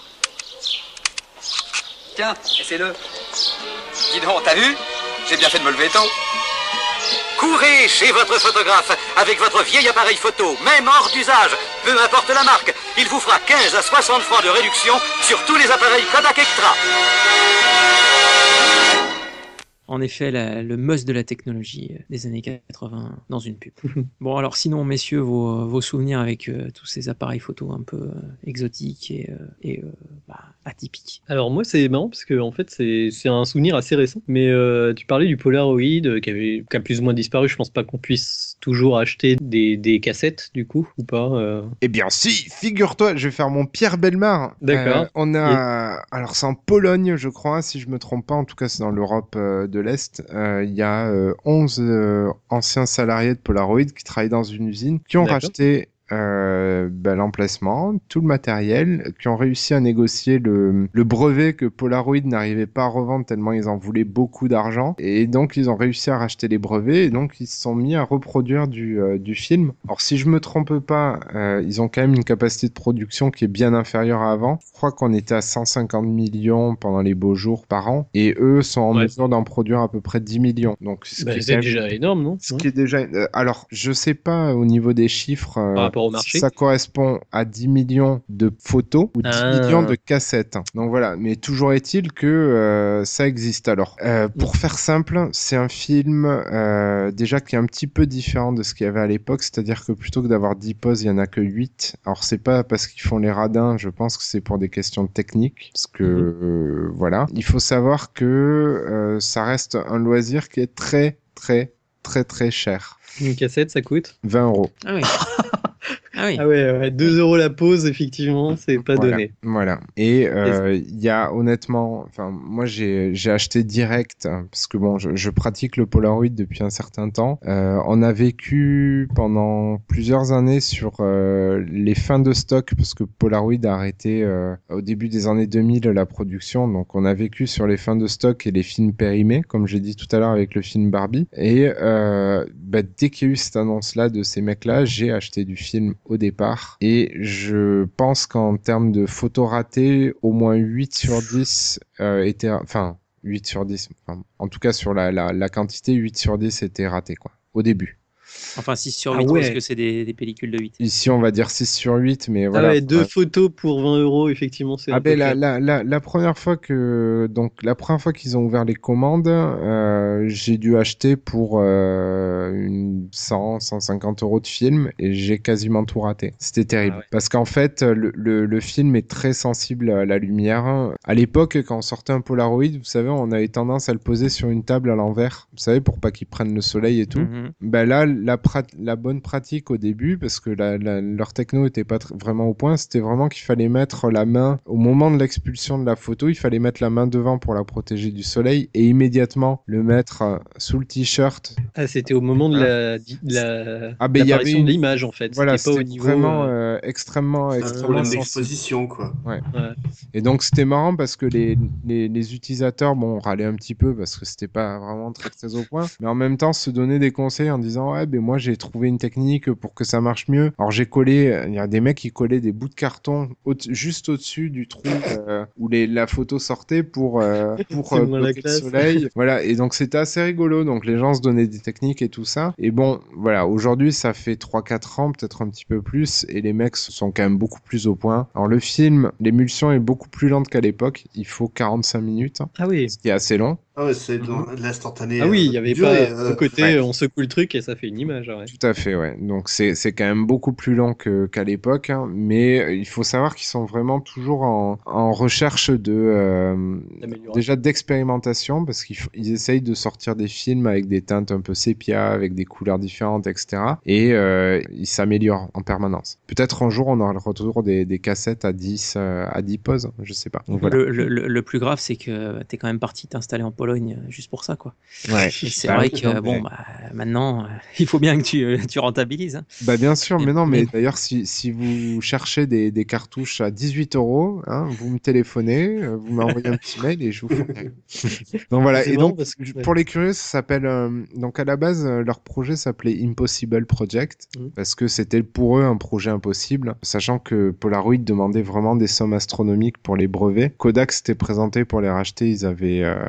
Tiens, essaie-le. Dis donc, t'as vu? J'ai bien fait de me lever tôt. Courez chez votre photographe avec votre vieil appareil photo, même hors d'usage, peu importe la marque. Il vous fera quinze à soixante francs de réduction sur tous les appareils Kodak Ektra. On en effet la, le must de la technologie des années quatre-vingts dans une pub. Bon, alors sinon, messieurs, vos, vos souvenirs avec euh, tous ces appareils photo un peu euh, exotiques et, euh, et euh, bah, atypiques. Alors moi, c'est marrant parce que en fait, c'est, c'est un souvenir assez récent. Mais euh, tu parlais du Polaroid euh, qui, avait, qui a plus ou moins disparu. Je pense pas qu'on puisse toujours acheter des, des cassettes, du coup, ou pas euh... Eh bien si, figure-toi, je vais faire mon Pierre Bellemare. D'accord. Euh, on a... Et... Alors c'est en Pologne, je crois, si je me trompe pas, en tout cas c'est dans l'Europe euh, de l'Est. Il euh, y a euh, onze euh, anciens salariés de Polaroid qui travaillent dans une usine, qui ont D'accord. racheté euh, ben, l'emplacement, tout le matériel, qui ont réussi à négocier le, le brevet que Polaroid n'arrivait pas à revendre tellement ils en voulaient beaucoup d'argent. Et donc ils ont réussi à racheter les brevets et donc ils se sont mis à reproduire du, euh, du film. Alors si je me trompe pas, euh, ils ont quand même une capacité de production qui est bien inférieure à avant. Je crois qu'on était à cent cinquante millions pendant les beaux jours par an et eux sont en ouais. mesure d'en produire à peu près dix millions. Donc ce bah, qui c'est est déjà même... énorme, non? Ce qui est déjà... Euh, alors je sais pas au niveau des chiffres... Euh, par rapport au marché. Ça correspond à dix millions de photos ou dix ah. millions de cassettes. Donc voilà, mais toujours est-il que euh, ça existe. Alors, euh, pour faire simple, c'est un film euh, déjà qui est un petit peu différent de ce qu'il y avait à l'époque, c'est-à-dire que plutôt que d'avoir dix poses, il y en a que huit. Alors c'est pas parce qu'ils font les radins, je pense que c'est pour des questions techniques, parce que mmh. euh, voilà. Il faut savoir que euh, ça reste un loisir qui est très très très très cher. Une cassette, ça coûte vingt euros. Ah oui. Ah oui. Ah ouais, ouais, deux euros la pause, effectivement, c'est pas voilà, donné. Voilà. Et il euh, y a honnêtement, enfin, moi j'ai j'ai acheté direct hein, parce que bon, je, je pratique le Polaroid depuis un certain temps. Euh, on a vécu pendant plusieurs années sur euh, les fins de stock parce que Polaroid a arrêté euh, au début des années deux mille la production, donc on a vécu sur les fins de stock et les films périmés, comme j'ai dit tout à l'heure avec le film Barbie. Et euh, bah, dès qu'il y a eu cette annonce-là de ces mecs-là, j'ai acheté du film au départ et je pense qu'en termes de photos ratées, au moins huit sur dix euh, étaient, enfin huit sur dix, enfin, en tout cas sur la, la, la quantité, huit sur dix étaient ratés quoi, au début. Enfin six sur huit ah ouais. parce que c'est des, des pellicules de huit. Ici on va dire six sur huit, mais voilà. Ah ouais, deux ouais. photos pour vingt euros, effectivement c'est ah ben la, la, la, la première fois que donc la première fois qu'ils ont ouvert les commandes, euh, j'ai dû acheter pour euh, une cent, cent cinquante euros de film et j'ai quasiment tout raté. C'était terrible ah ouais. parce qu'en fait le, le, le film est très sensible à la lumière. À l'époque quand on sortait un Polaroid, vous savez, on avait tendance à le poser sur une table à l'envers, vous savez, pour pas qu'il prenne le soleil et tout. Mm-hmm. Ben là la la bonne pratique au début, parce que la, la, leur techno était pas tr- vraiment au point, c'était vraiment qu'il fallait mettre la main, au moment de l'expulsion de la photo, il fallait mettre la main devant pour la protéger du soleil et immédiatement le mettre euh, sous le t-shirt. Ah, c'était au moment de la, de la ah, ben, l'apparition une... de l'image en fait. Voilà, c'était pas au niveau vraiment euh, extrêmement, c'est extrêmement un d'exposition quoi. Ouais. ouais. Et donc c'était marrant parce que les, les, les utilisateurs, bon, râlaient un petit peu parce que c'était pas vraiment très très au point, mais en même temps se donnaient des conseils en disant ouais, ben moi j'ai trouvé une technique pour que ça marche mieux. Alors j'ai collé, il y a des mecs qui collaient des bouts de carton au- juste au-dessus du trou euh, où les, la photo sortait pour euh, pour euh, bloquer le soleil. Voilà, et donc c'était assez rigolo. Donc les gens se donnaient des techniques et tout ça. Et bon, voilà, aujourd'hui ça fait trois quatre ans, peut-être un petit peu plus, et les mecs sont quand même beaucoup plus au point. Alors le film, l'émulsion est beaucoup plus lente qu'à l'époque. Il faut quarante-cinq minutes. Ah oui. Ce qui est assez long. Ah ouais, c'est dans l'instantané. Ah oui, il y avait durée, pas euh, au côté, ouais. on secoue le truc et ça fait une image. Ouais. Tout à fait, ouais. Donc c'est c'est quand même beaucoup plus long que qu'à l'époque, hein, mais il faut savoir qu'ils sont vraiment toujours en en recherche de euh, déjà d'expérimentation parce qu'ils f- ils essayent de sortir des films avec des teintes un peu sépia, avec des couleurs différentes, et cetera. Et euh, ils s'améliorent en permanence. Peut-être un jour on aura le retour des des cassettes à dix euh, à dix poses, je sais pas. Donc, voilà. le, le le plus grave c'est que t'es quand même parti t'installer en Pologne juste pour ça quoi. Ouais. Et c'est bah, vrai oui, que non, bon mais... bah maintenant euh, il faut bien que tu euh, tu rentabilises. Hein. Bah bien sûr, mais non, mais, mais... d'ailleurs si si vous cherchez des des cartouches à dix-huit euros, hein, vous me téléphonez, euh, vous m'envoyez un petit mail et je vous fournirai. Donc voilà. C'est et bon, donc parce que... pour les curieux, ça s'appelle euh, donc à la base euh, leur projet s'appelait Impossible Project mmh. parce que c'était pour eux un projet impossible, sachant que Polaroid demandait vraiment des sommes astronomiques pour les brevets. Kodak s'était présenté pour les racheter, ils avaient euh, ils avaient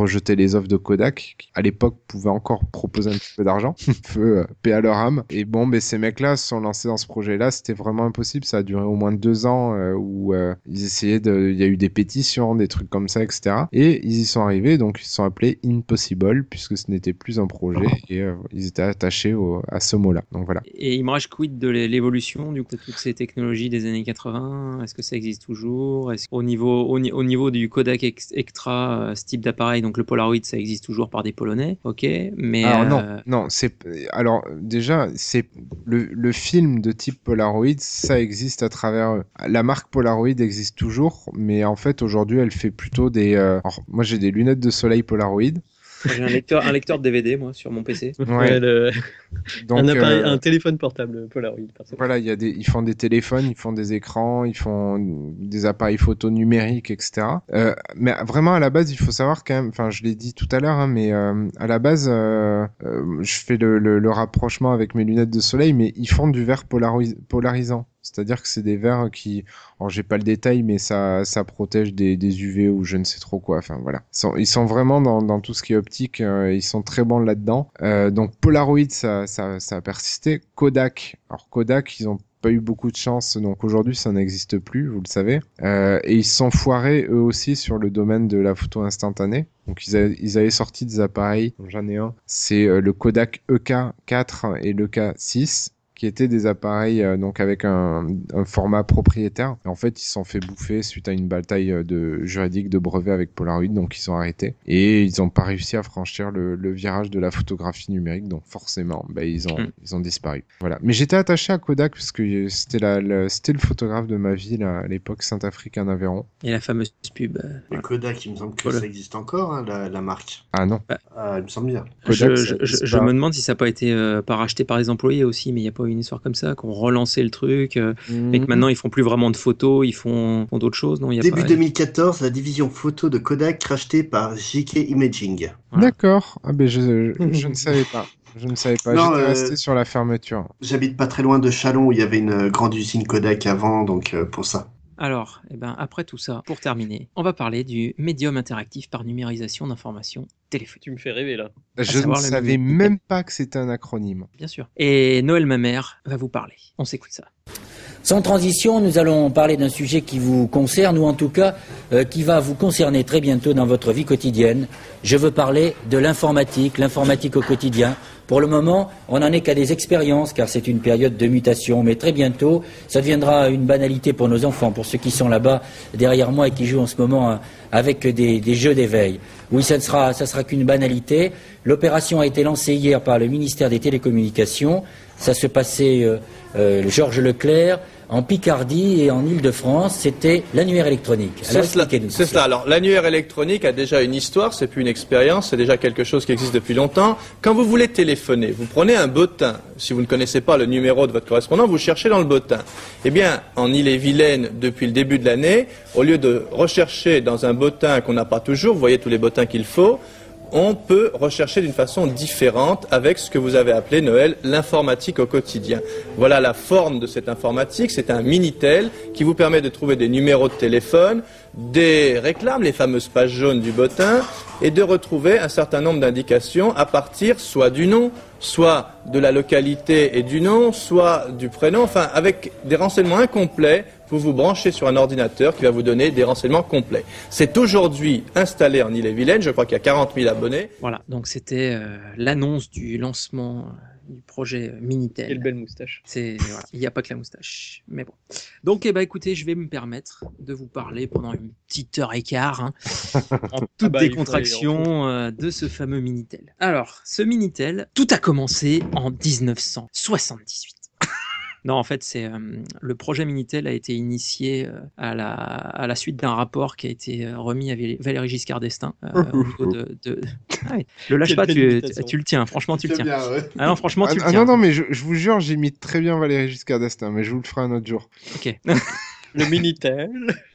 rejeté les offres de Kodak, qui à l'époque pouvaient encore proposer un petit peu d'argent, feu euh, paix à leur âme. Et bon, mais ces mecs-là se sont lancés dans ce projet-là, c'était vraiment impossible, ça a duré au moins deux ans euh, où euh, ils essayaient de, il y a eu des pétitions, des trucs comme ça, et cetera. Et ils y sont arrivés, donc ils se sont appelés Impossible, puisque ce n'était plus un projet et euh, ils étaient attachés au, à ce mot-là. Donc voilà. Et Imraj, quid de l'évolution du coup de toutes ces technologies des années quatre-vingts? Est-ce que ça existe toujours? Est-ce qu'au niveau, au, au niveau du Kodak Extra, euh, ce type d'appareil, donc le Polaroid, ça existe toujours par des Polonais, ok, mais alors euh... non, non, c'est alors déjà c'est le, le film de type Polaroid, ça existe à travers eux. La marque Polaroid existe toujours, mais en fait aujourd'hui elle fait plutôt des. Euh... Alors, moi j'ai des lunettes de soleil Polaroid. J'ai un lecteur, un lecteur de D V D, moi, sur mon P C. Ouais. Ouais, le... Donc, un, appareil, euh... un téléphone portable Polaroid. Voilà, il y a des, ils font des téléphones, ils font des écrans, ils font des appareils photo numériques, et cetera. Euh, mais vraiment à la base, il faut savoir quand même. Enfin, je l'ai dit tout à l'heure, hein, mais euh, à la base, euh, euh, je fais le, le, le rapprochement avec mes lunettes de soleil, mais ils font du verre polaris- polarisant. C'est-à-dire que c'est des verres qui, alors j'ai pas le détail, mais ça, ça protège des, des U V ou je ne sais trop quoi. Enfin voilà, ils sont, ils sont vraiment dans, dans tout ce qui est optique. Euh, ils sont très bons là-dedans. Euh, donc Polaroid, ça, ça, ça a persisté. Kodak, alors Kodak, ils ont pas eu beaucoup de chance, donc aujourd'hui ça n'existe plus, vous le savez. Euh, et ils se sont foirés eux aussi sur le domaine de la photo instantanée. Donc ils, a, ils avaient sorti des appareils, j'en ai un, c'est euh, le Kodak E K quatre et l'E K six. Qui étaient des appareils euh, donc avec un, un format propriétaire. Et en fait, ils se sont fait bouffer suite à une bataille de juridique de brevet avec Polaroid, donc ils ont arrêté. Et ils n'ont pas réussi à franchir le, le virage de la photographie numérique, donc forcément, bah, ils ont mm. ils ont disparu. Voilà. Mais j'étais attaché à Kodak parce que c'était la, la c'était le photographe de ma vie là, à l'époque, Saint-Africain Aveyron. Et la fameuse pub. Euh, voilà. Kodak, il me semble que voilà. Ça existe encore, hein, la, la marque. Ah non. Bah, ah, il me semble bien. Kodak, je, je, je, je me demande si ça n'a pas été euh, pas racheté par les employés aussi, mais il n'y a pas une histoire comme ça, qu'on relancé le truc, euh, mmh. et que maintenant ils font plus vraiment de photos, ils font, font d'autres choses, non? Il y a Début pas... deux mille quatorze, la division photo de Kodak rachetée par J K Imaging. Voilà. D'accord. Ah ben je, je, je ne savais pas. Je ne savais pas. Non, j'étais euh, resté sur la fermeture. J'habite pas très loin de Châlons où il y avait une grande usine Kodak avant, donc euh, pour ça. Alors, eh ben, après tout ça, pour terminer, on va parler du médium interactif par numérisation d'informations téléphoniques. Tu me fais rêver là. Je ne savais même pas que c'était un acronyme. Bien sûr. Et Noël Mamère va vous parler. On s'écoute ça. Sans transition, nous allons parler d'un sujet qui vous concerne, ou en tout cas euh, qui va vous concerner très bientôt dans votre vie quotidienne. Je veux parler de l'informatique, l'informatique au quotidien. Pour le moment, on n'en est qu'à des expériences, car c'est une période de mutation, mais très bientôt, ça deviendra une banalité pour nos enfants, pour ceux qui sont là-bas derrière moi et qui jouent en ce moment euh, avec des, des jeux d'éveil. Oui, ça ne sera, ça sera qu'une banalité. L'opération a été lancée hier par le ministère des Télécommunications. Ça se passait euh, euh, Georges Leclerc. En Picardie et en Île-de-France, c'était l'annuaire électronique. C'est cela. C'est cela. Alors, l'annuaire électronique a déjà une histoire, c'est plus une expérience, c'est déjà quelque chose qui existe depuis longtemps. Quand vous voulez téléphoner, vous prenez un bottin. Si vous ne connaissez pas le numéro de votre correspondant, vous cherchez dans le bottin. Eh bien, en Ille-et-Vilaine, depuis le début de l'année, au lieu de rechercher dans un bottin qu'on n'a pas toujours, vous voyez tous les bottins qu'il faut, on peut rechercher d'une façon différente avec ce que vous avez appelé, Noël, l'informatique au quotidien. Voilà la forme de cette informatique, c'est un Minitel qui vous permet de trouver des numéros de téléphone, des réclames, les fameuses pages jaunes du bottin, et de retrouver un certain nombre d'indications à partir soit du nom, soit de la localité et du nom, soit du prénom, enfin avec des renseignements incomplets. Vous vous branchez sur un ordinateur qui va vous donner des renseignements complets. C'est aujourd'hui installé en Ille-et-Vilaine, je crois qu'il y a quarante mille abonnés. Voilà, donc c'était euh, l'annonce du lancement euh, du projet euh, Minitel. Quelle belle moustache. C'est, voilà, il n'y a pas que la moustache, mais bon. Donc, eh ben, écoutez, je vais me permettre de vous parler pendant une petite heure et quart, hein, en toute ah bah, décontraction euh, de ce fameux Minitel. Alors, ce Minitel, tout a commencé en dix-neuf cent soixante-dix-huit. Non, en fait, c'est euh, le projet Minitel a été initié euh, à, la, à la suite d'un rapport qui a été euh, remis à Valéry Giscard d'Estaing. Euh, au niveau de, de... Ah oui, le lâche pas, tu, tu, tu le tiens. Franchement, tu le tiens. Bien, ouais. Ah non, franchement, tu ah, le tiens. Ah non, non, mais je, je vous jure, j'imite très bien Valéry Giscard d'Estaing, mais je vous le ferai un autre jour. Ok. Le Minitel.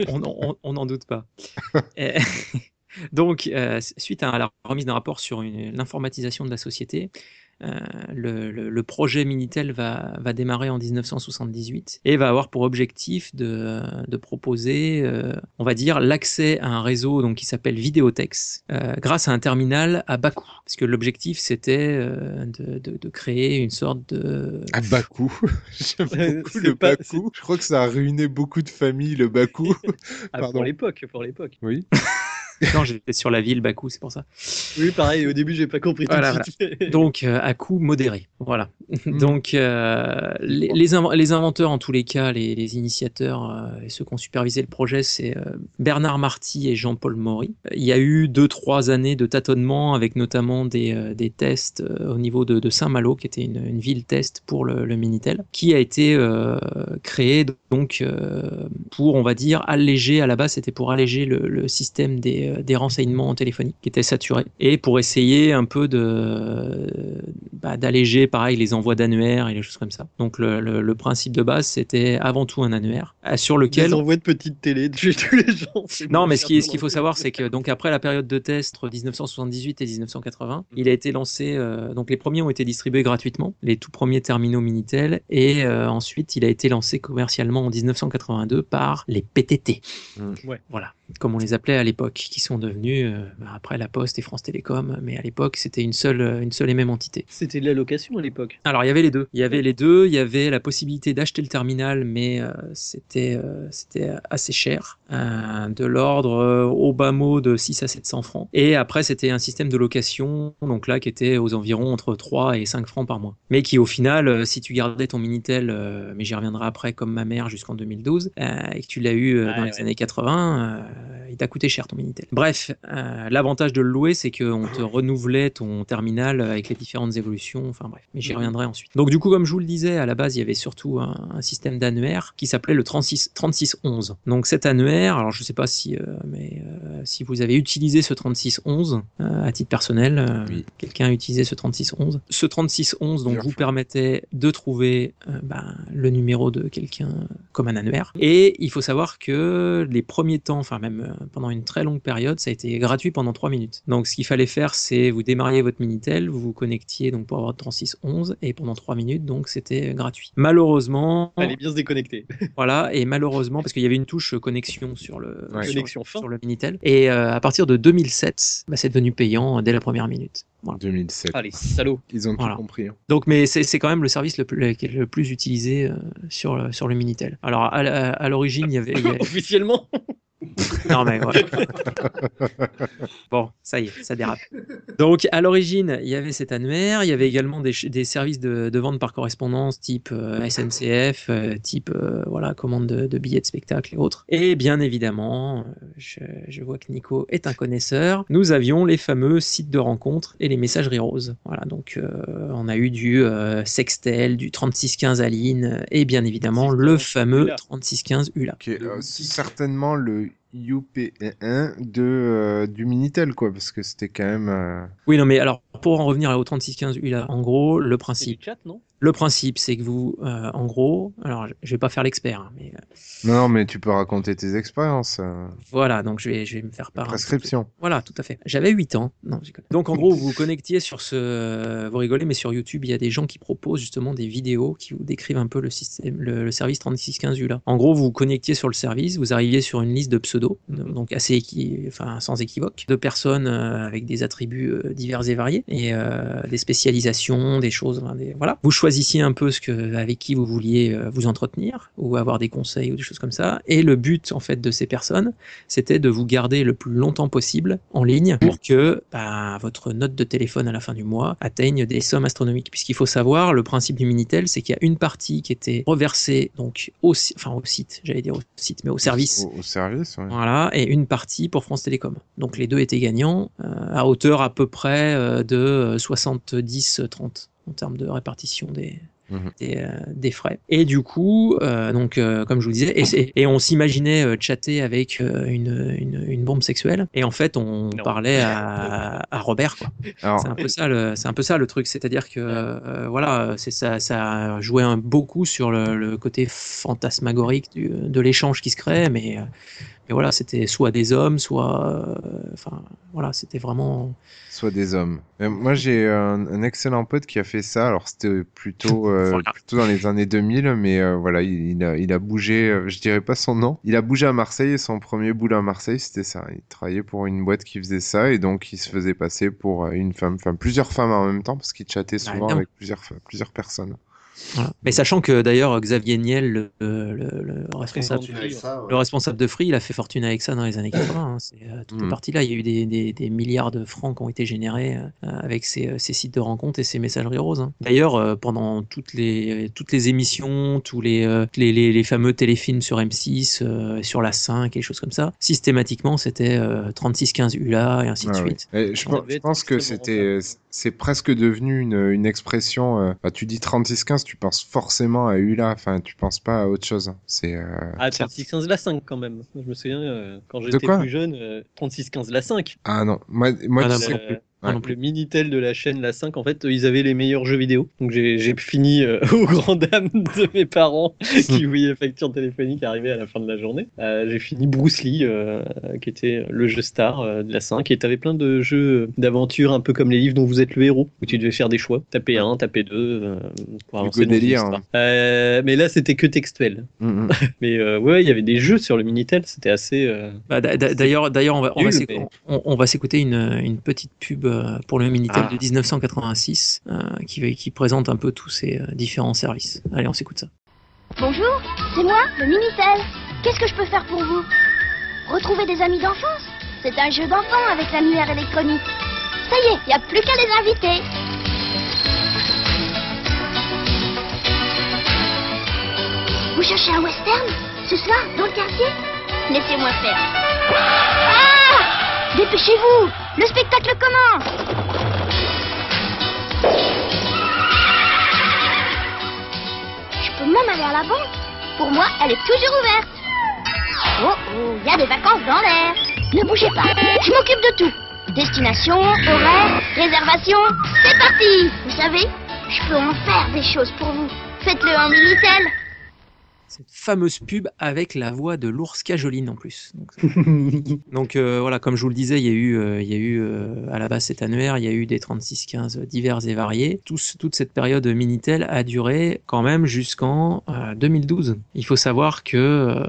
On n'en doute pas. Et... Donc, euh, suite à la remise d'un rapport sur une, l'informatisation de la société, Euh, le, le, le projet Minitel va, va démarrer en dix-neuf cent soixante-dix-huit et va avoir pour objectif de, de proposer, euh, on va dire, l'accès à un réseau donc, qui s'appelle Vidéotex euh, grâce à un terminal à bas coût. Parce que l'objectif, c'était euh, de, de, de créer une sorte de... À bas coût. J'aime beaucoup le bas coût. Je crois que ça a ruiné beaucoup de familles, le bas coût. Ah, pour l'époque, pour l'époque. Oui. Non, j'étais sur la ville Bakou, c'est pour ça. Oui, pareil, au début, j'ai pas compris voilà, tout de suite. Voilà. Donc, euh, à coût modéré. Voilà. Mmh. Donc, euh, les, les, inv- les inventeurs, en tous les cas, les, les initiateurs euh, et ceux qui ont supervisé le projet, c'est euh, Bernard Marty et Jean-Paul Maury. Il y a eu deux, trois années de tâtonnement avec notamment des, euh, des tests euh, au niveau de, de Saint-Malo, qui était une, une ville test pour le, le Minitel, qui a été euh, créé donc euh, pour, on va dire, alléger, à la base, c'était pour alléger le, le système des des renseignements téléphoniques qui étaient saturés et pour essayer un peu de bah, d'alléger pareil les envois d'annuaires et les choses comme ça. Donc le, le, le principe de base c'était avant tout un annuaire sur lequel des envois de petites télé de chez tous les gens. Non mais ce qui ce qu'il faut savoir c'est que donc après la période de test entre dix-neuf cent soixante-dix-huit et dix-neuf cent quatre-vingts, mmh. il a été lancé euh, donc les premiers ont été distribués gratuitement, les tout premiers terminaux Minitel et euh, ensuite il a été lancé commercialement en dix-neuf cent quatre-vingt-deux par les P T T. Mmh. Ouais. Voilà, comme on les appelait à l'époque, qui sont devenus euh, bah après La Poste et France Télécom, mais à l'époque c'était une seule, une seule et même entité. C'était de la location à l'époque. Alors il y avait les deux. Il y avait les deux. Il y avait la possibilité d'acheter le terminal, mais euh, c'était, euh, c'était assez cher, euh, de l'ordre euh, au bas mot de six à sept cents francs. Et après c'était un système de location, donc là qui était aux environs entre trois et cinq francs par mois. Mais qui au final, euh, si tu gardais ton Minitel, euh, mais j'y reviendrai après comme ma mère jusqu'en deux mille douze, euh, et que tu l'as eu euh, ah, dans ouais. les années quatre-vingts, euh, il t'a coûté cher ton Minitel. Bref, euh, l'avantage de le louer, c'est qu'on te renouvelait ton terminal avec les différentes évolutions, enfin bref, mais j'y reviendrai ensuite. Donc du coup, comme je vous le disais, à la base, il y avait surtout un, un système d'annuaire qui s'appelait le trente-six onze. Donc cet annuaire, alors je sais pas si, euh, mais euh, si vous avez utilisé ce trente-six onze euh, à titre personnel, euh, oui. quelqu'un a utilisé ce trente-six onze. Ce trente-six onze donc vous permettait de trouver euh, ben, le numéro de quelqu'un comme un annuaire. Et il faut savoir que les premiers temps, enfin même euh, pendant une très longue période, ça a été gratuit pendant trois minutes. Donc ce qu'il fallait faire, c'est vous démarriez votre Minitel, vous vous connectiez donc pour avoir trente-six onze et pendant trois minutes, donc c'était gratuit. Malheureusement, fallait bien se déconnecter. Voilà, et malheureusement parce qu'il y avait une touche connexion sur le ouais. sur, connexion sur le Minitel et euh, à partir de deux mille sept, bah, c'est devenu payant dès la première minute. Voilà. deux mille sept. Ah les salauds. Ils ont voilà. tout compris. Hein. Donc, mais c'est, c'est quand même le service le plus, le, le plus utilisé euh, sur, le, sur le Minitel. Alors, à, à, à l'origine, il y avait... Il y avait... Officiellement Non, mais ouais. Bon, ça y est, ça dérape. Donc, à l'origine, il y avait cet annuaire. Il y avait également des, des services de, de vente par correspondance type euh, S N C F, euh, type euh, voilà, commande de, de billets de spectacle et autres. Et bien évidemment, je, je vois que Nico est un connaisseur. Nous avions les fameux sites de rencontres et les messageries roses. Voilà, donc euh, on a eu du euh, Sextel, du trente-six quinze Aline et bien évidemment le fameux trente-six quinze U L A. Qui est euh, certainement le U P un de, euh, du Minitel, quoi, parce que c'était quand même... Euh... Oui, non, mais alors, pour en revenir au trente-six quinze U L A, en gros, le principe... C'est du chat, non ? Le principe, c'est que vous, euh, en gros, alors je vais pas faire l'expert, hein, mais... Non, non, mais tu peux raconter tes expériences. Euh... Voilà, donc je vais, je vais me faire part... Prescription. Voilà, tout à fait. J'avais huit ans. Non, j'ai... Donc en gros, vous vous connectiez sur ce... Vous rigolez, mais sur YouTube, il y a des gens qui proposent justement des vidéos qui vous décrivent un peu le, système, le, le service trente-six quinze U L A. En gros, vous vous connectiez sur le service, vous arriviez sur une liste de pseudos, donc assez équi... enfin, sans équivoque, de personnes euh, avec des attributs euh, divers et variés, et euh, des spécialisations, des choses... Enfin, des... Voilà. Vous choisissiez un peu ce que, avec qui vous vouliez euh, vous entretenir, ou avoir des conseils ou des choses comme ça, et le but en fait de ces personnes, c'était de vous garder le plus longtemps possible en ligne pour que bah, votre note de téléphone à la fin du mois atteigne des sommes astronomiques. Puisqu'il faut savoir, le principe du Minitel, c'est qu'il y a une partie qui était reversée donc au, enfin, au site, j'allais dire au site, mais au service. Au, au service, ouais. Voilà, et une partie pour France Télécom. Donc les deux étaient gagnants, euh, à hauteur à peu près euh, de soixante-dix trente en termes de répartition des... Mmh. Des, euh, des frais. Et du coup, euh, donc euh, comme je vous disais, et, et on s'imaginait euh, chatter avec euh, une, une, une bombe sexuelle. Et en fait, on non. parlait à, à Robert, quoi. Alors... C'est un peu ça le, c'est un peu ça le truc. C'est-à-dire que euh, voilà, c'est ça, ça jouait un, beaucoup sur le, le côté fantasmagorique du, de l'échange qui se crée, mais mais voilà, c'était soit des hommes, soit, enfin, euh, voilà, c'était vraiment. Soit des hommes. Euh, moi, j'ai un, un excellent pote qui a fait ça. Alors, c'était plutôt, euh, voilà. plutôt dans les années deux mille, mais euh, voilà, il, il, a, il a bougé. Euh, je dirais pas son nom. Il a bougé à Marseille et son premier boulot à Marseille, c'était ça. Il travaillait pour une boîte qui faisait ça et donc il se faisait passer pour une femme, enfin plusieurs femmes en même temps parce qu'il chattait souvent ah, avec plusieurs, plusieurs personnes. Voilà. Mais sachant que d'ailleurs Xavier Niel, le, le, le, responsable, ça, ouais. le responsable de Free, il a fait fortune avec ça dans les années quatre-vingts. Hein. C'est, euh, toute mmh. partie là, il y a eu des, des, des milliards de francs qui ont été générés euh, avec ces, ces sites de rencontres et ces messageries roses. Hein. D'ailleurs, euh, pendant toutes les, toutes les émissions, tous les, euh, les, les, les fameux téléfilms sur M six, euh, sur la cinq et des choses comme ça, systématiquement c'était euh, trente-six quinze U L A et ainsi ah, de oui. suite. Et je, pense, je pense que c'était, c'est presque devenu une, une expression. Euh, bah, tu dis trente-six quinze, tu penses forcément à U L A, enfin tu penses pas à autre chose. C'est euh... ah trente-six quinze la cinq quand même. Je me souviens euh, quand j'étais plus jeune, euh, trente-six quinze la cinq. Ah non, moi moi ah, tu sais euh, Ouais. Le Minitel de la chaîne La cinq, en fait, ils avaient les meilleurs jeux vidéo. Donc j'ai, j'ai fini euh, aux grandes dames de mes parents qui voyaient la facture téléphonique arriver à la fin de la journée. Euh, j'ai fini Bruce Lee, euh, qui était le jeu star euh, de la cinq. Et t'avais plein de jeux d'aventure, un peu comme les livres dont vous êtes le héros, où tu devais faire des choix. Taper un, taper deux, euh, pour avancer dans l'histoire. Hein. Euh, mais là, c'était que textuel. Mm-hmm. Mais euh, ouais, il y avait des jeux sur le Minitel, c'était assez... Euh, bah, d'ailleurs, d'ailleurs, on va, on, nul, va mais... on, on va s'écouter une, une petite pub pour le Minitel ah. de dix-neuf cent quatre-vingt-six euh, qui, qui présente un peu tous ces euh, différents services. Allez, on s'écoute ça. Bonjour, c'est moi, le Minitel. Qu'est-ce que je peux faire pour vous? Retrouver des amis d'enfance? C'est un jeu d'enfant avec l'annuaire électronique. Ça y est, il n'y a plus qu'à les inviter. Vous cherchez un western? Ce soir, dans le quartier? Laissez-moi faire. Ah! Dépêchez-vous! Le spectacle commence! Je peux même aller à la banque. Pour moi, elle est toujours ouverte. Oh, oh, il y a des vacances dans l'air. Ne bougez pas, je m'occupe de tout. Destination, horaire, réservation, c'est parti! Vous savez, je peux en faire des choses pour vous. Faites-le en Minitel. Cette fameuse pub avec la voix de l'ours Cajoline en plus. Donc, donc euh, voilà, comme je vous le disais, il y a eu, euh, il y a eu euh, à la base cet annuaire, il y a eu des trente-six quinze divers et variés. Tout, toute cette période Minitel a duré quand même jusqu'en euh, deux mille douze. Il faut savoir que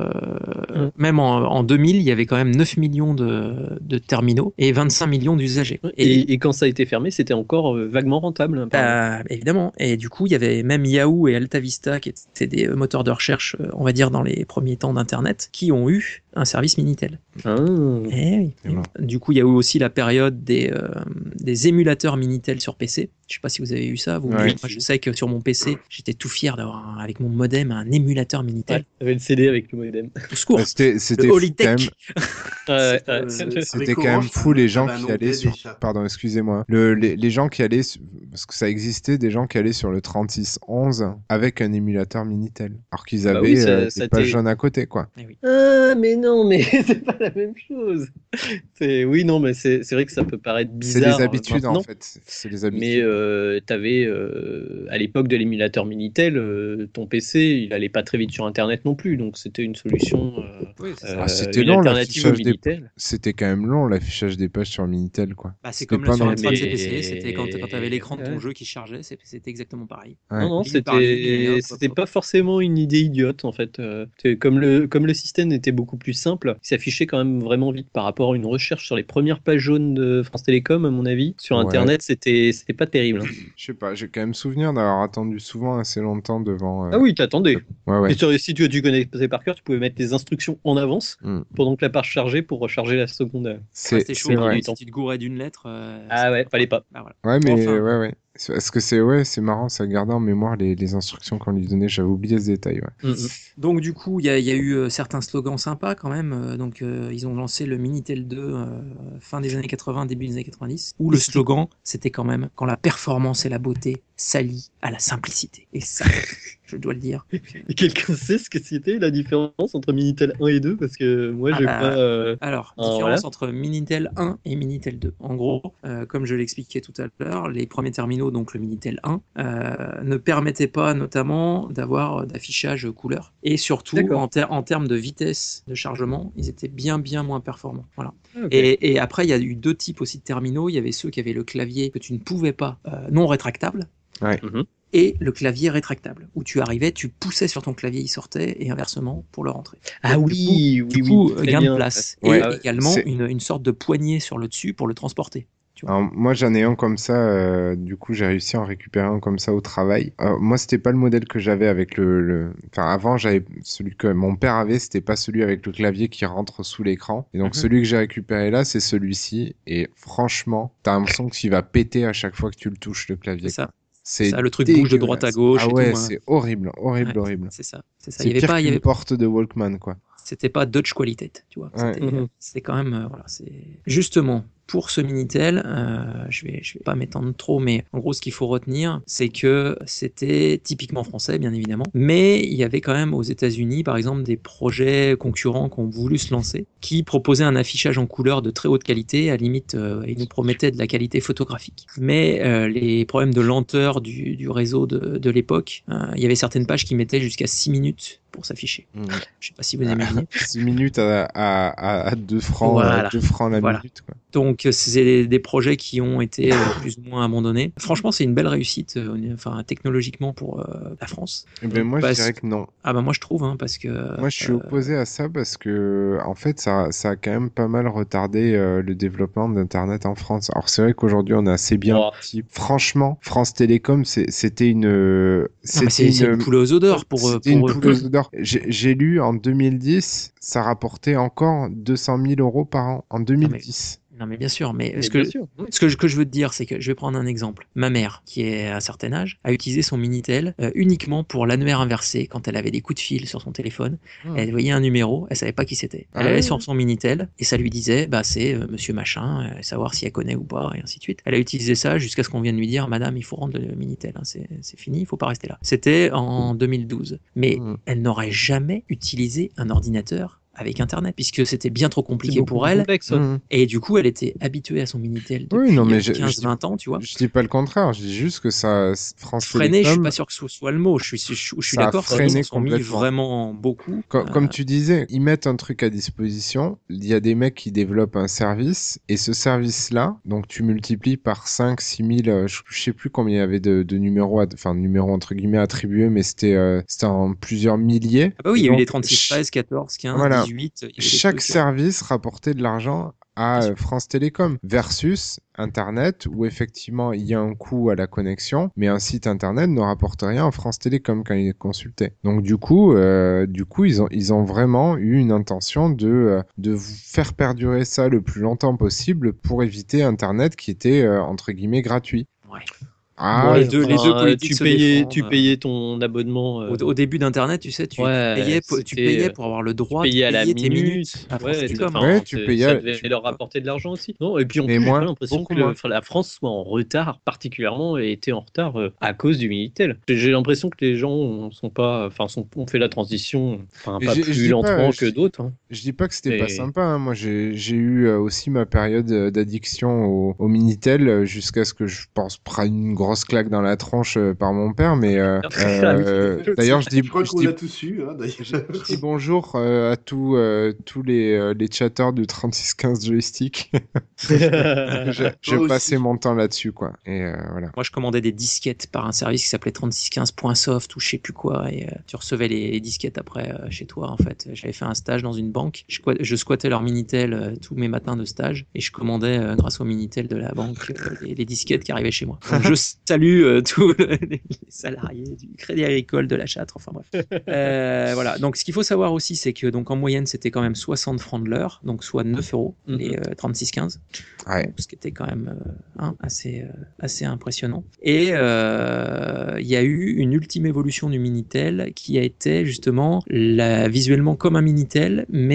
euh, mmh. même en, en deux mille, il y avait quand même neuf millions de, de terminaux et vingt-cinq millions d'usagers. Et, et, et quand ça a été fermé, c'était encore euh, vaguement rentable. Bah, évidemment. Et du coup, il y avait même Yahoo et AltaVista qui étaient des moteurs de recherche, on va dire dans les premiers temps d'Internet, qui ont eu un service Minitel. Ah. Et oui. Et bon. Du coup, il y a eu aussi la période des, euh, des émulateurs Minitel sur P C. Je sais pas si vous avez eu ça. Vous, ouais, moi, je sais que sur mon P C, j'étais tout fier d'avoir, un, avec mon modem, un émulateur Minitel. Ouais, t'avais le C D avec le modem. Au secours. Bah, c'était c'était le Holitech. Quand même... ouais, ouais. C'était, c'était quand même fou les gens qui allaient sur... Pardon, excusez-moi. Le, les, les gens qui allaient... Parce que ça existait, des gens qui allaient sur le trente-six onze avec un émulateur Minitel. Alors qu'ils avaient bah oui, ça, euh, ça des pages jaunes à côté, quoi. Eh oui. Ah, mais non, mais c'est pas la même chose. C'est... Oui, non, mais c'est, c'est vrai que ça peut paraître bizarre. C'est les habitudes, maintenant. En fait. C'est les habitudes. Mais euh, t'avais, euh, à l'époque de l'émulateur Minitel, euh, ton P C, il allait pas très vite sur Internet non plus, donc c'était une solution, euh, oui, c'est euh, ah, c'était une long, alternative au Minitel. Des... C'était quand même long, l'affichage des pages sur Minitel, quoi. Bah, c'est comme là sur l'extra de C P C, c'était quand, quand t'avais l'écran de ton ouais. jeu qui se chargeait, c'était exactement pareil. Ouais. Non, non, c'était, c'était pas forcément une idée idiote, en fait. Euh, comme, le, comme le système était beaucoup plus simple, il s'affichait quand même vraiment vite par rapport à une recherche sur les premières pages jaunes de France Télécom, à mon avis. Sur ouais. Internet, c'était, c'était pas terrible. Hein. Je sais pas, j'ai quand même souvenir d'avoir attendu souvent assez longtemps devant... Euh... Ah oui, t'attendais. Ouais, ouais. Et sur, si tu, tu connaissais par cœur, tu pouvais mettre des instructions en avance mm. pendant que la page chargeait pour recharger la seconde. C'est, ouais, c'était chaud, c'est si tu te gourais d'une lettre... Euh, ah ouais, fallait pas. Ah, voilà. Ouais, mais enfin, ouais, ouais. Est-ce que c'est ouais, c'est marrant, ça gardait en mémoire les, les instructions qu'on lui donnait. J'avais oublié ce détail. Ouais. Mm-hmm. Donc du coup, il y, y a eu euh, certains slogans sympas quand même. Euh, donc euh, ils ont lancé le Minitel deux euh, fin des années quatre-vingts, début des années quatre-vingt-dix, où le slogan c'était quand même quand la performance et la beauté s'allie à la simplicité. Et ça, je dois le dire. Et quelqu'un sait ce que c'était la différence entre Minitel un et deux? Parce que moi, j'ai Ah, pas. euh, Alors, un- différence voilà. entre Minitel un et Minitel deux. En gros, euh, comme je l'expliquais tout à l'heure, les premiers terminaux, donc le Minitel un, euh, ne permettaient pas notamment d'avoir d'affichage couleur. Et surtout, D'accord. en, ter- en termes de vitesse de chargement, ils étaient bien, bien moins performants. Voilà. Ah, ok. Et, et après, il y a eu deux types aussi de terminaux. Il y avait ceux qui avaient le clavier que tu ne pouvais pas, euh, non rétractable, Ouais. Mhm. et le clavier rétractable, où tu arrivais, tu poussais sur ton clavier, il sortait, et inversement pour le rentrer. Ah Donc, oui, du oui, coup, du oui, coup, très gain bien. de place. Ouais, et également c'est- une, une sorte de poignée sur le dessus pour le transporter. Tu vois. Alors, moi, j'en ai un comme ça. euh, du coup, j'ai réussi à en récupérer un comme ça au travail. Euh, moi, c'était pas le modèle que j'avais avec le, le- Enfin, avant, j'avais celui que mon père avait. C'était pas celui avec le clavier qui rentre sous l'écran. Et donc, Mhm. celui que j'ai récupéré là, c'est celui-ci. Et franchement, t'as l'impression qu'il va péter à chaque fois que tu le touches, le clavier. C'est ça. quoi. C'est ça, le truc bouge de dégueulasse. droite à gauche Ah et ouais, tout, hein. c'est horrible, horrible, Ouais, horrible. C'est ça. C'est ça. C'est Il y avait pire pas, il y qu'une avait porte de Walkman, quoi. C'était pas Dutch Quality, tu vois. Ouais. C'était, Mhm. c'était quand même, euh, voilà, c'est justement pour ce Minitel. Euh, je vais, je vais pas m'étendre trop, mais en gros, ce qu'il faut retenir, c'est que c'était typiquement français, bien évidemment, mais il y avait quand même aux États-Unis, par exemple, des projets concurrents qui ont voulu se lancer, qui proposaient un affichage en couleur de très haute qualité. À la limite, euh, ils nous promettaient de la qualité photographique. Mais euh, les problèmes de lenteur du, du réseau de, de l'époque, euh, il y avait certaines pages qui mettaient jusqu'à six minutes pour s'afficher. Mhm. Je sais pas si vous imaginez. six minutes à, à, à, à deux francs, Voilà. à deux francs la Voilà. minute, quoi. Donc c'est des, des projets qui ont été euh, plus ou moins abandonnés. Franchement, c'est une belle réussite, euh, enfin technologiquement pour euh, la France. Eh ben, moi, Parce- je dirais que non. Ah bah moi je trouve, hein, parce que. Moi, je suis euh, opposé à ça parce que, en fait, ça, ça a quand même pas mal retardé euh, le développement d'Internet en France. Alors, c'est vrai qu'aujourd'hui, on est assez bien Oh. parti. Franchement, France Télécom, c'est- c'était une, euh, non, mais c'était c'est c'est une poule aux œufs d'or pour, euh, c'était une pour eux. poule aux œufs d'or. J'ai j'ai lu en deux mille dix, ça rapportait encore deux cent mille euros par an en deux mille dix. Non mais bien sûr, mais, Mais ce, bien que, sûr, oui. ce que, je- que je veux te dire, c'est que je vais prendre un exemple. Ma mère, qui est à un certain âge, a utilisé son Minitel euh, uniquement pour l'annuaire inversé quand elle avait des coups de fil sur son téléphone. Hmm. Elle voyait un numéro, elle savait pas qui c'était. Elle Ah allait ouais. sur son Minitel et ça lui disait, bah c'est euh, Monsieur Machin, euh, savoir si elle connaît ou pas, et ainsi de suite. Elle a utilisé ça jusqu'à ce qu'on vienne lui dire, Madame, il faut rendre le Minitel, hein, c'est c'est fini, il faut pas rester là. C'était en deux mille douze, mais Hmm. elle n'aurait jamais utilisé un ordinateur avec Internet, puisque c'était bien trop compliqué beaucoup pour plus elle. complexe. Mhm. Et du coup, elle était habituée à son Minitel depuis Oui, non, mais je- quinze je- vingt ans, tu vois. Je dis pas le contraire, je dis juste que ça, France Freiner, je suis Télécom, pas sûr que ce soit le mot. Je suis, je, suis- je suis ça a d'accord, freiné ils en sont mis complètement. vraiment beaucoup. Co- Euh, Comme tu disais, ils mettent un truc à disposition, il y a des mecs qui développent un service, et ce service-là, donc tu multiplies par cinq, six mille, euh, je, je sais plus combien il y avait de, de numéros, à- enfin de numéros entre guillemets attribués, mais c'était euh, c'était en plusieurs milliers. Ah bah oui, il y a eu Donc, les trente-six, ch- treize, quatorze, quinze, voilà. dix-huit. il y avait des Chaque trucs, euh, service rapportait de l'argent à Bien euh, sûr. France Télécom versus Internet où effectivement il y a un coût à la connexion, mais un site Internet ne rapporte rien à France Télécom quand il est consulté. Donc du coup, euh, du coup ils ont ils ont vraiment eu une intention de euh, de vous faire perdurer ça le plus longtemps possible pour éviter Internet qui était euh, entre guillemets gratuit. Ouais. Ah, Bon, les je- deux, les deux Enfin, politiques tu se payais, défendent, tu euh, payais ton abonnement. euh, Au, au début d'Internet, tu sais, tu, Ouais, payais, pour, tu c'était, payais euh, pour avoir le droit payais de à la payer tes minute. minutes à France Ouais, Télécom. enfin, Ouais, tu c'est- payais à- ça devait tu- leur rapporter de l'argent aussi. Non, et puis en Mais plus, moins, j'ai l'impression beaucoup que le- moins. enfin, la France soit en retard particulièrement et était en retard euh, à cause du Minitel. J'ai- J'ai l'impression que les gens ont- sont pas, enfin, sont, ont fait la transition, enfin, Et pas j'ai- je plus dis pas, lentement je- que d'autres. hein. Je dis pas que c'était pas Et- sympa, hein. Moi j'ai j'ai eu euh, aussi ma période euh, d'addiction au, au Minitel euh, jusqu'à ce que je pense prenne une grosse claque dans la tronche euh, par mon père, mais euh, euh, d'ailleurs je dis, Je crois je qu'on dis- a tous eu, hein, d'ailleurs. je dis bonjour euh, à tous euh, tous les euh, les chatteurs du trente-six quinze joystick. je je Toi passais aussi. mon temps là-dessus quoi. Et euh, voilà. Moi, je commandais des disquettes par un service qui s'appelait trente-six quinze point soft ou je sais plus quoi, et euh, tu recevais les, les disquettes après euh, chez toi. En fait, j'avais fait un stage dans une banque. Je, squat- je squattais leur Minitel euh, tous mes matins de stage et je commandais euh, grâce au Minitel de la banque euh, les, les disquettes qui arrivaient chez moi. Donc, je salue euh, tous les salariés du Crédit Agricole, de la Châtre. Enfin bref. Euh, voilà. Donc, ce qu'il faut savoir aussi, c'est que donc en moyenne, c'était quand même soixante francs de l'heure, donc soit neuf euros les euh, trente-six quinze. Ouais. Ce qui était quand même euh, hein, assez, euh, assez impressionnant. Et euh, il y a eu une ultime évolution du Minitel qui a été justement la, visuellement comme un Minitel, mais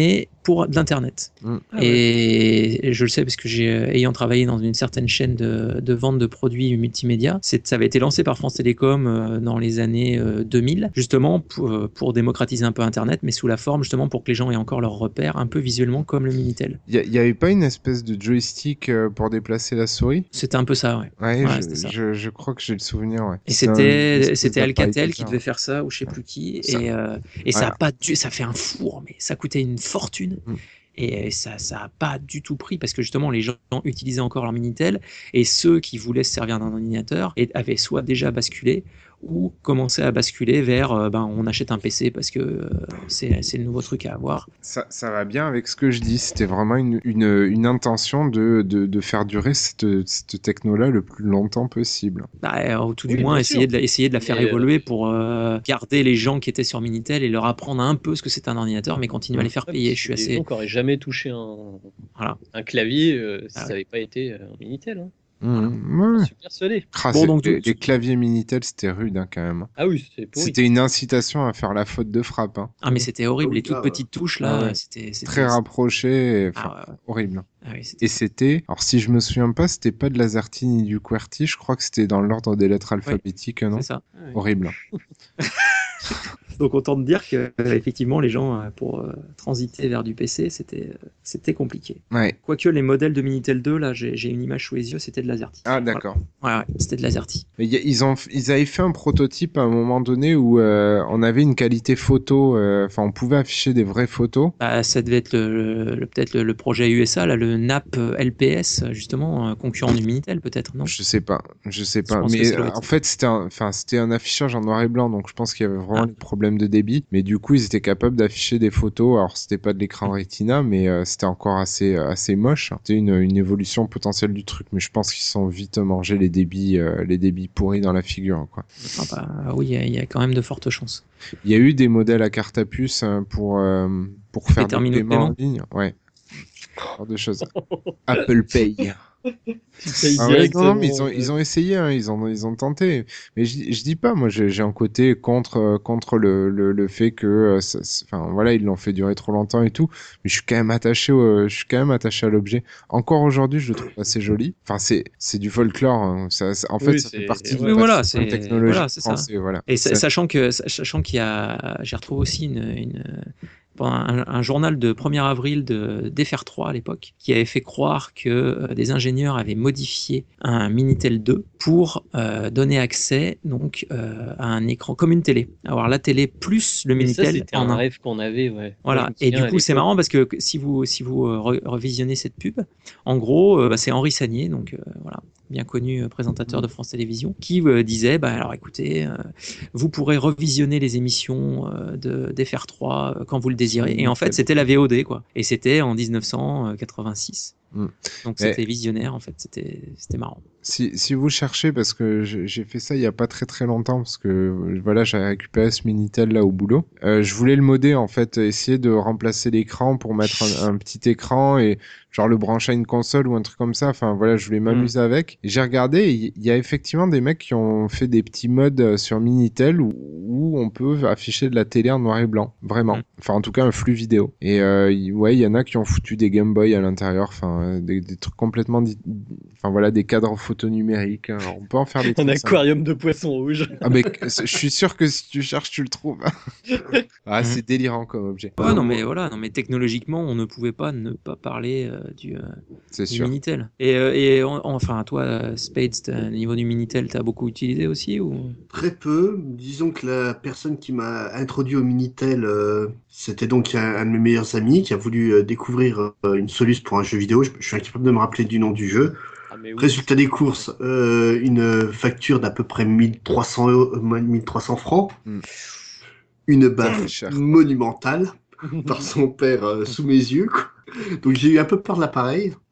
pour de l'internet. Mmh. Ah et, ouais. et je le sais parce que j'ai ayant travaillé dans une certaine chaîne de, de vente de produits multimédia, c'est, ça avait été lancé par France Télécom euh, dans les années euh, deux mille, justement pour, pour démocratiser un peu internet, mais sous la forme justement pour que les gens aient encore leurs repères un peu visuellement comme le Minitel. Il y, y avait pas une espèce de joystick euh, pour déplacer la souris? C'était un peu ça, ouais. Ouais, ouais je, ça. Je, je crois que j'ai le souvenir, ouais. Et c'était, un, c'était Alcatel qui devait faire ça ou je sais plus qui, ça. et, euh, et ça a pas dû, ça fait un four, mais ça coûtait une fortune. Mm. Et ça ça a pas du tout pris parce que justement les gens utilisaient encore leur Minitel et ceux qui voulaient se servir d'un ordinateur avaient soit déjà basculé ou commencé à basculer vers euh, ben on achète un P C parce que euh, c'est c'est le nouveau truc à avoir. Ça, ça va bien avec ce que je dis, c'était vraiment une, une, une intention de, de, de faire durer cette, cette techno-là le plus longtemps possible. Bah, ou tout oui, du moins essayer de, la, essayer de la faire et évoluer euh... pour euh, garder les gens qui étaient sur Minitel et leur apprendre un peu ce que c'est un ordinateur mais continuer à les faire payer. Je suis assez... Les gens qui n'auraient jamais touché un, voilà. un clavier euh, si ah, ça n'avait ouais. pas été un Minitel. Hein. Mmh, ouais. Je suis persuadé. Ah, bon, donc, les, tout... les claviers Minitel, c'était rude hein, quand même. Ah oui, c'était pourri. C'était une incitation à faire la faute de frappe. Hein. Ah mais c'était horrible, les toutes petites touches là, ah, ouais. c'était, c'était très rapproché, ah, ouais. horrible. Ah, oui, c'était... Et c'était, alors si je me souviens pas, c'était pas de l'AZERTY ni du QWERTY, je crois que c'était dans l'ordre des lettres alphabétiques, oui, non? C'est ça. Ah, oui. Horrible. Donc autant te dire que euh, effectivement les gens euh, pour euh, transiter vers du P C c'était euh, c'était compliqué. Ouais. Quoique les modèles de Minitel deux là j'ai, j'ai une image sous les yeux c'était de l'AZERTY. Ah d'accord. Voilà. Ouais ouais c'était de l'AZERTY. Mais y a, ils ont ils avaient fait un prototype à un moment donné où euh, on avait une qualité photo, enfin euh, on pouvait afficher des vraies photos. Bah ça devait être le, le peut-être le, le projet U S A là le N A P L P S justement euh, concurrent du Minitel peut-être non? Je sais pas je sais pas je mais euh, en fait c'était enfin c'était un affichage en noir et blanc donc je pense qu'il y avait vraiment ah. des problèmes de débit, mais du coup ils étaient capables d'afficher des photos. Alors c'était pas de l'écran Retina, mais euh, c'était encore assez assez moche. C'était une, une évolution potentielle du truc, mais je pense qu'ils se sont vite mangé les débits euh, les débits pourris dans la figure quoi. Ah bah oui, il y, y a quand même de fortes chances. Il y a eu des modèles à carte à puce pour euh, pour faire des, des paiements paiement. en ligne, ouais. Genre de choses. Apple Pay. Ah ouais, non, non, mais ils ont, ils ont essayé, hein, ils ont, ils ont tenté. Mais je, je dis pas, moi, j'ai, j'ai un côté contre, contre le, le, le fait que, enfin, voilà, ils l'ont fait durer trop longtemps et tout. Mais je suis quand même attaché, au, je suis quand même attaché à l'objet. Encore aujourd'hui, je le trouve assez joli. Enfin, c'est, c'est du folklore. Hein. Ça, ça, en fait, oui, ça c'est... fait partie oui, de voilà, la c'est... technologie voilà, c'est française. Ça. Voilà. Et ça... sachant que, sachant qu'il y a, j'ai retrouvé aussi une, une... Un, un journal de premier avril de d'F R trois à l'époque qui avait fait croire que euh, des ingénieurs avaient modifié un Minitel deux pour euh, donner accès donc euh, à un écran comme une télé, avoir la télé plus le Minitel. Ça, c'était en un rêve qu'on avait, ouais. Voilà. Et du coup c'est marrant parce que si vous si vous euh, re- revisionnez cette pub, en gros euh, bah, c'est Henri Sagnier donc euh, voilà bien connu euh, présentateur de France Télévisions qui euh, disait bah alors écoutez euh, vous pourrez revisionner les émissions euh, de d'F R trois euh, quand vous le désirez. Et en fait, c'était la V O D, quoi. Et c'était en dix-neuf cent quatre-vingt-six. Mmh. Donc c'était et... visionnaire, en fait. C'était, c'était marrant. Si, si vous cherchez, parce que j'ai fait ça il y a pas très très longtemps, parce que voilà, j'ai récupéré ce Minitel là au boulot. Euh, je voulais le modder, en fait, essayer de remplacer l'écran pour mettre un, un petit écran et genre le brancher à une console ou un truc comme ça. Enfin voilà, je voulais m'amuser mmh. avec. Et j'ai regardé, il y a effectivement des mecs qui ont fait des petits modes sur Minitel où, où on peut afficher de la télé en noir et blanc, vraiment. Mmh. Enfin en tout cas un flux vidéo. Et euh, ouais, il y en a qui ont foutu des Game Boy à l'intérieur, enfin des, des trucs complètement, di... enfin voilà, des cadres photo numérique, hein. On peut en faire des un aquarium de poissons rouges. Ah mais je suis sûr que si tu cherches tu le trouves. Ah c'est mmh. délirant comme objet. Ouais, non mais voilà, non mais technologiquement on ne pouvait pas ne pas parler euh, du, euh, c'est du sûr. Minitel. Et, euh, et on, enfin toi Spades, au niveau du Minitel, t'as beaucoup utilisé aussi ou? Très peu. Disons que la personne qui m'a introduit au Minitel, euh, c'était donc un, un de mes meilleurs amis qui a voulu euh, découvrir euh, une soluce pour un jeu vidéo. Je, je suis incapable de me rappeler du nom du jeu. Ah, oui. Résultat des courses, euh, une facture d'à peu près mille trois cents, euh, mille trois cents francs, mm. une baffe monumentale par son père euh, sous mes yeux. Quoi. Donc j'ai eu un peu peur de l'appareil.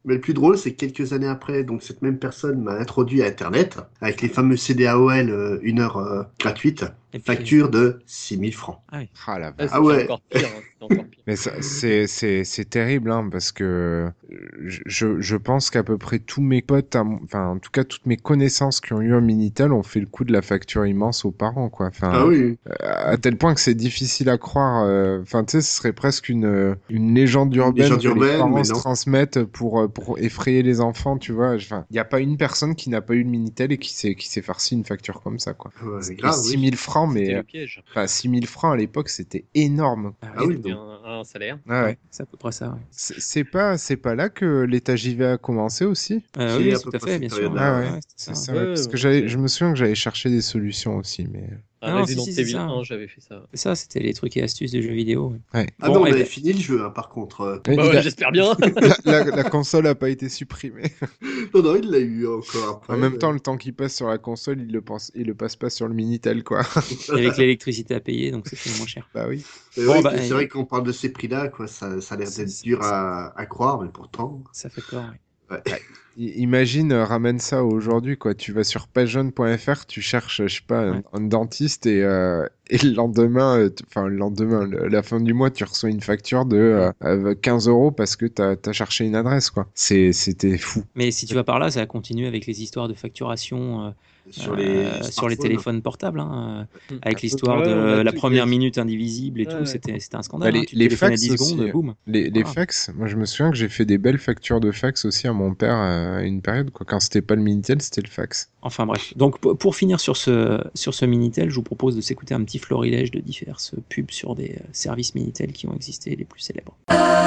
Mais le plus drôle, c'est que quelques années après, donc cette même personne m'a introduit à Internet avec les fameux C D A O L, euh, une heure euh, gratuite, puis, facture de six mille francs. Ah, oui. ah la ah ouais. Encore pire, hein, c'est encore pire. Mais ça, c'est, c'est, c'est terrible, hein, parce que je, je pense qu'à peu près tous mes potes, enfin, en tout cas, toutes mes connaissances qui ont eu un Minitel ont fait le coup de la facture immense aux parents, quoi. Enfin, ah oui. À tel point que c'est difficile à croire. Enfin, euh, tu sais, ce serait presque une, une légende urbaine légende que urbaine, les parents se transmettent pour, pour effrayer les enfants, tu vois. Enfin, il n'y a pas une personne qui n'a pas eu le Minitel et qui s'est, qui s'est farci une facture comme ça, quoi. Ouais, c'est grave, six mille francs, mais. Enfin, six mille francs à l'époque, c'était énorme. Ah, ah oui, c'était un, un salaire. Ah ouais. C'est à peu près ça, ouais. C'est, c'est pas, c'est pas là que l'état J V a commencé aussi? Euh, oui, tout à fait, bien sûr. Ah ouais, ouais c'est ça. ça ouais, parce que j'avais, je me souviens que j'avais cherché des solutions aussi, mais. Ah, non, Resident si, si, Evil un, j'avais fait ça. C'est ça, c'était les trucs et astuces de jeux vidéo. Ouais. Ah bon, non, on avait fini le jeu, hein, par contre. Bah ouais, a... J'espère bien. la, la, la console a pas été supprimée. non, non, il l'a eu encore après. En même mais... temps, le temps qu'il passe sur la console, il le, pense... il le passe pas sur le Minitel, quoi. Et avec l'électricité à payer, donc c'est moins cher. Bah oui. Bon, ouais, bah, c'est et... vrai qu'on parle de ces prix-là, quoi. Ça, ça a l'air d'être dur à, à croire, mais pourtant. Ça fait peur, oui. Ouais. Imagine, euh, ramène ça aujourd'hui, quoi. Tu vas sur pageone point f r, tu cherches, je sais pas, ouais. un, un dentiste et, euh, et le lendemain, enfin, euh, le lendemain, le, la fin du mois, tu reçois une facture de euh, quinze euros parce que t'as, t'as cherché une adresse, quoi. C'est, c'était fou. Mais si tu vas par là, ça va continuer avec les histoires de facturation. Euh... Sur les, euh, sur les téléphones portables, hein, euh, avec l'histoire ouais, de la première les... minute indivisible et ouais, tout, ouais. C'était, c'était un scandale. Bah, hein. les, tu les fax dix aussi, secondes, boum. Les, les voilà. fax, moi je me souviens que j'ai fait des belles factures de fax aussi à mon père à une période, quoi. Quand c'était pas le Minitel, c'était le fax. Enfin bref. Donc pour finir sur ce, sur ce Minitel, je vous propose de s'écouter un petit florilège de diverses pubs sur des services Minitel qui ont existé, les plus célèbres.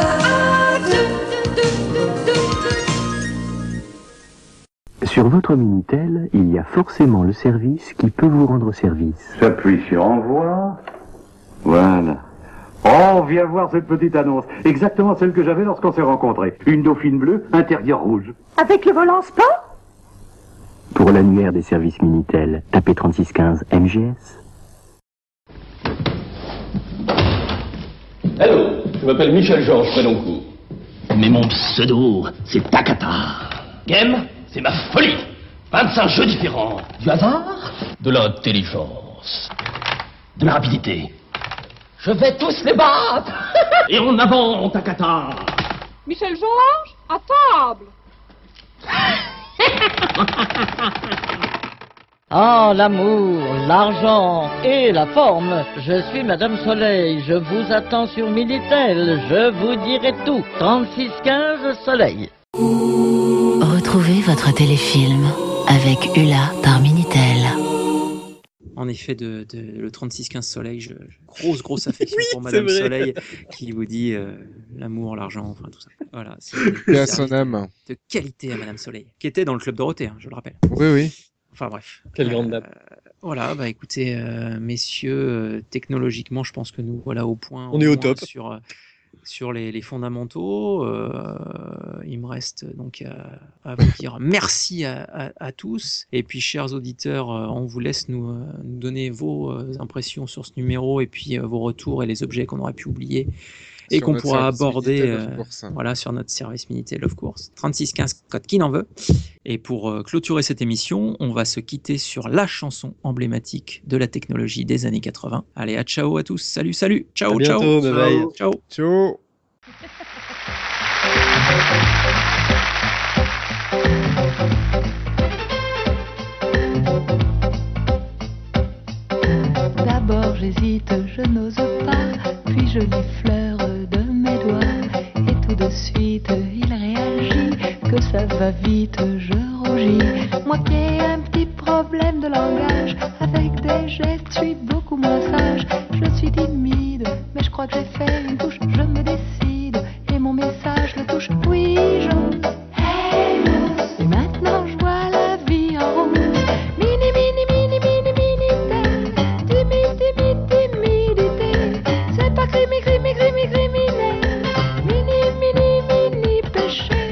Sur votre Minitel, il y a forcément le service qui peut vous rendre service. J'appuie sur envoi. Voilà. Oh, viens voir cette petite annonce. Exactement celle que j'avais lorsqu'on s'est rencontrés. Une dauphine bleue, intérieur rouge. Avec le volant sport ? Pour l'annuaire des services Minitel, tapez trente-six quinze M G S. Hello, je m'appelle Michel Georges Prénoncourt. Mais mon pseudo, c'est Takata. Game ? C'est ma folie. vingt-cinq jeux différents. Du hasard ? De l'intelligence. De la rapidité. Je vais tous les battre. Et en avant, Takata. Michel Georges, à table. Ah, l'amour, l'argent et la forme. Je suis Madame Soleil. Je vous attends sur Minitel. Je vous dirai tout. trente-six quinze Soleil. Retrouvez votre téléfilm avec Ula par Minitel. En effet, de, de, le trente-six quinze Soleil, je, je, grosse, grosse affection oui, pour Madame Soleil qui vous dit euh, l'amour, l'argent, enfin tout ça. Voilà, c'est de, son âme. de qualité à Madame Soleil, qui était dans le Club Dorothée, hein, je le rappelle. Oui, oui. Enfin bref. Quelle euh, grande dame. Voilà, bah écoutez, euh, messieurs, euh, technologiquement, je pense que nous voilà au point. On est au top. Sur, euh, sur les, les fondamentaux. Euh, il me reste donc à, à vous dire merci à, à, à tous. Et puis, chers auditeurs, euh, on vous laisse nous, euh, nous donner vos euh, impressions sur ce numéro et puis euh, vos retours et les objets qu'on aurait pu oublier. Et qu'on pourra aborder euh, voilà, sur notre service Minitel of course. trente-six quinze code qui n'en veut. Et pour euh, clôturer cette émission, on va se quitter sur la chanson emblématique de la technologie des années quatre-vingts. Allez, à ciao à tous. Salut, salut. Ciao, à bientôt, ciao. Bye bye. Ciao. Ciao. D'abord j'hésite, je n'ose pas, puis je l'effleure de mes doigts, et tout de suite il réagit, que ça va vite, je rougis. Moi qui ai un petit problème de langage, avec des gestes je suis beaucoup moins sage. Je suis timide, mais je crois que j'ai fait une touche, je me décide, et mon message le touche. Oui, j'ose, hey, j'ose, et maintenant je vois la vie en rose. Mini, mini, mini, mini, mini, timide, timide, timidité, c'est pas crimi, crimi, crimi, criminel, mini, mini, mini péché.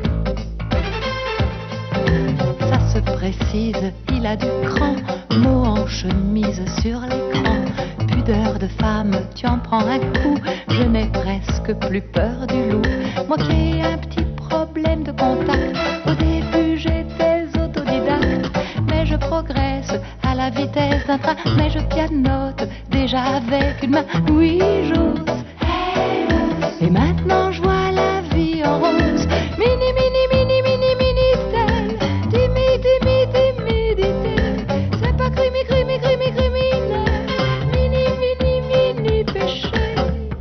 Ça se précise, il a du cran, mots en chemise sur l'écran, pudeur de femme, tu en prends un coup, je n'ai presque plus peur du loup. Moi qui ai un petit problème de contact. Au début j'étais autodidacte, mais je progresse à la vitesse d'un train. Mais je pianote déjà avec une main. Oui, j'ose. Et maintenant je vois la vie en rose. Mini, mini, mini, mini, mini-tel. Timide, timide, timidité. C'est pas crimi, crimi, crimi, criminel. Mini, mini, mini péché.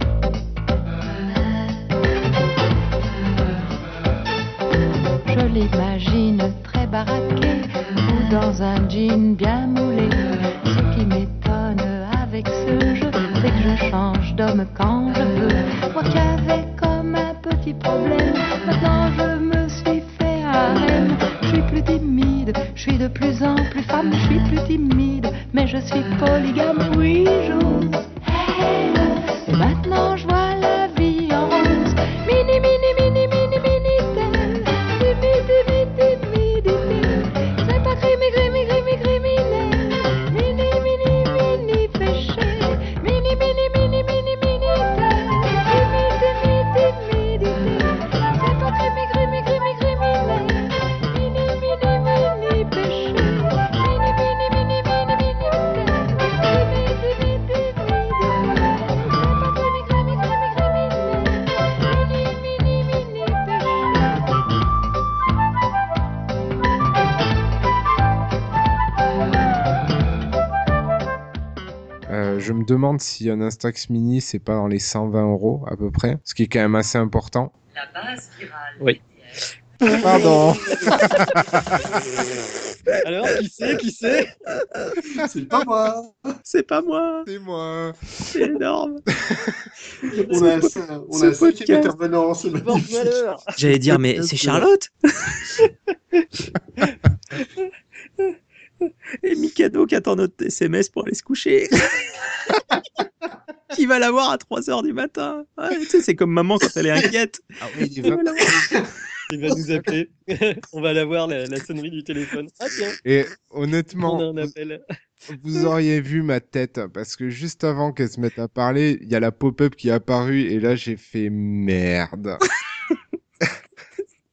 Je l'imagine très baraqué ou dans un jean bien moulé. Ce qui m'étonne avec ce jeu, c'est que je change d'homme quand je veux. Moi qui avais comme un petit problème, maintenant je me suis fait un harem. Je suis plus timide, je suis de plus en plus femme. Je suis plus timide, mais je suis polygame. Oui, j'ose. Et maintenant je vois la vie en rose. Mini, mini, mini, mini, mini tel. Timide, timide, timidité. C'est pas crimi, crimi, crimi, criminel. Mini, mini, mini péché. Mini, mini, mini, mini, mini tel. Timide, timide, timidité. C'est pas crimi, crimi, crimi, criminel. Mini, mini, mini péché. Mini, mini, mini, mini, mini tel. Timide, timide, timidité. C'est pas crimi, crimi, crimi, criminel. Mini, mini, mini péché. Euh, je me demande si un Instax Mini, c'est pas dans les cent vingt euros à peu près, ce qui est quand même assez important. La base virale. Oui. Pardon. Alors, qui c'est, qui c'est? C'est pas moi. C'est pas moi. C'est moi. C'est énorme. On a, un- on a un cinquième intervenant, c'est magnifique. J'allais dire, mais c'est Charlotte. Et Mikado qui attend notre S M S pour aller se coucher. Qui va l'avoir à trois heures du matin. Ouais, tu sais, c'est comme maman quand elle est inquiète. Ah oui, il Elle va- va l'avoir. Il va nous appeler. On va la voir, la, la sonnerie du téléphone. Ah tiens, Et on honnêtement, a un appel. vous auriez vu ma tête, parce que juste avant qu'elle se mette à parler, il y a la pop-up qui est apparue, et là j'ai fait merde.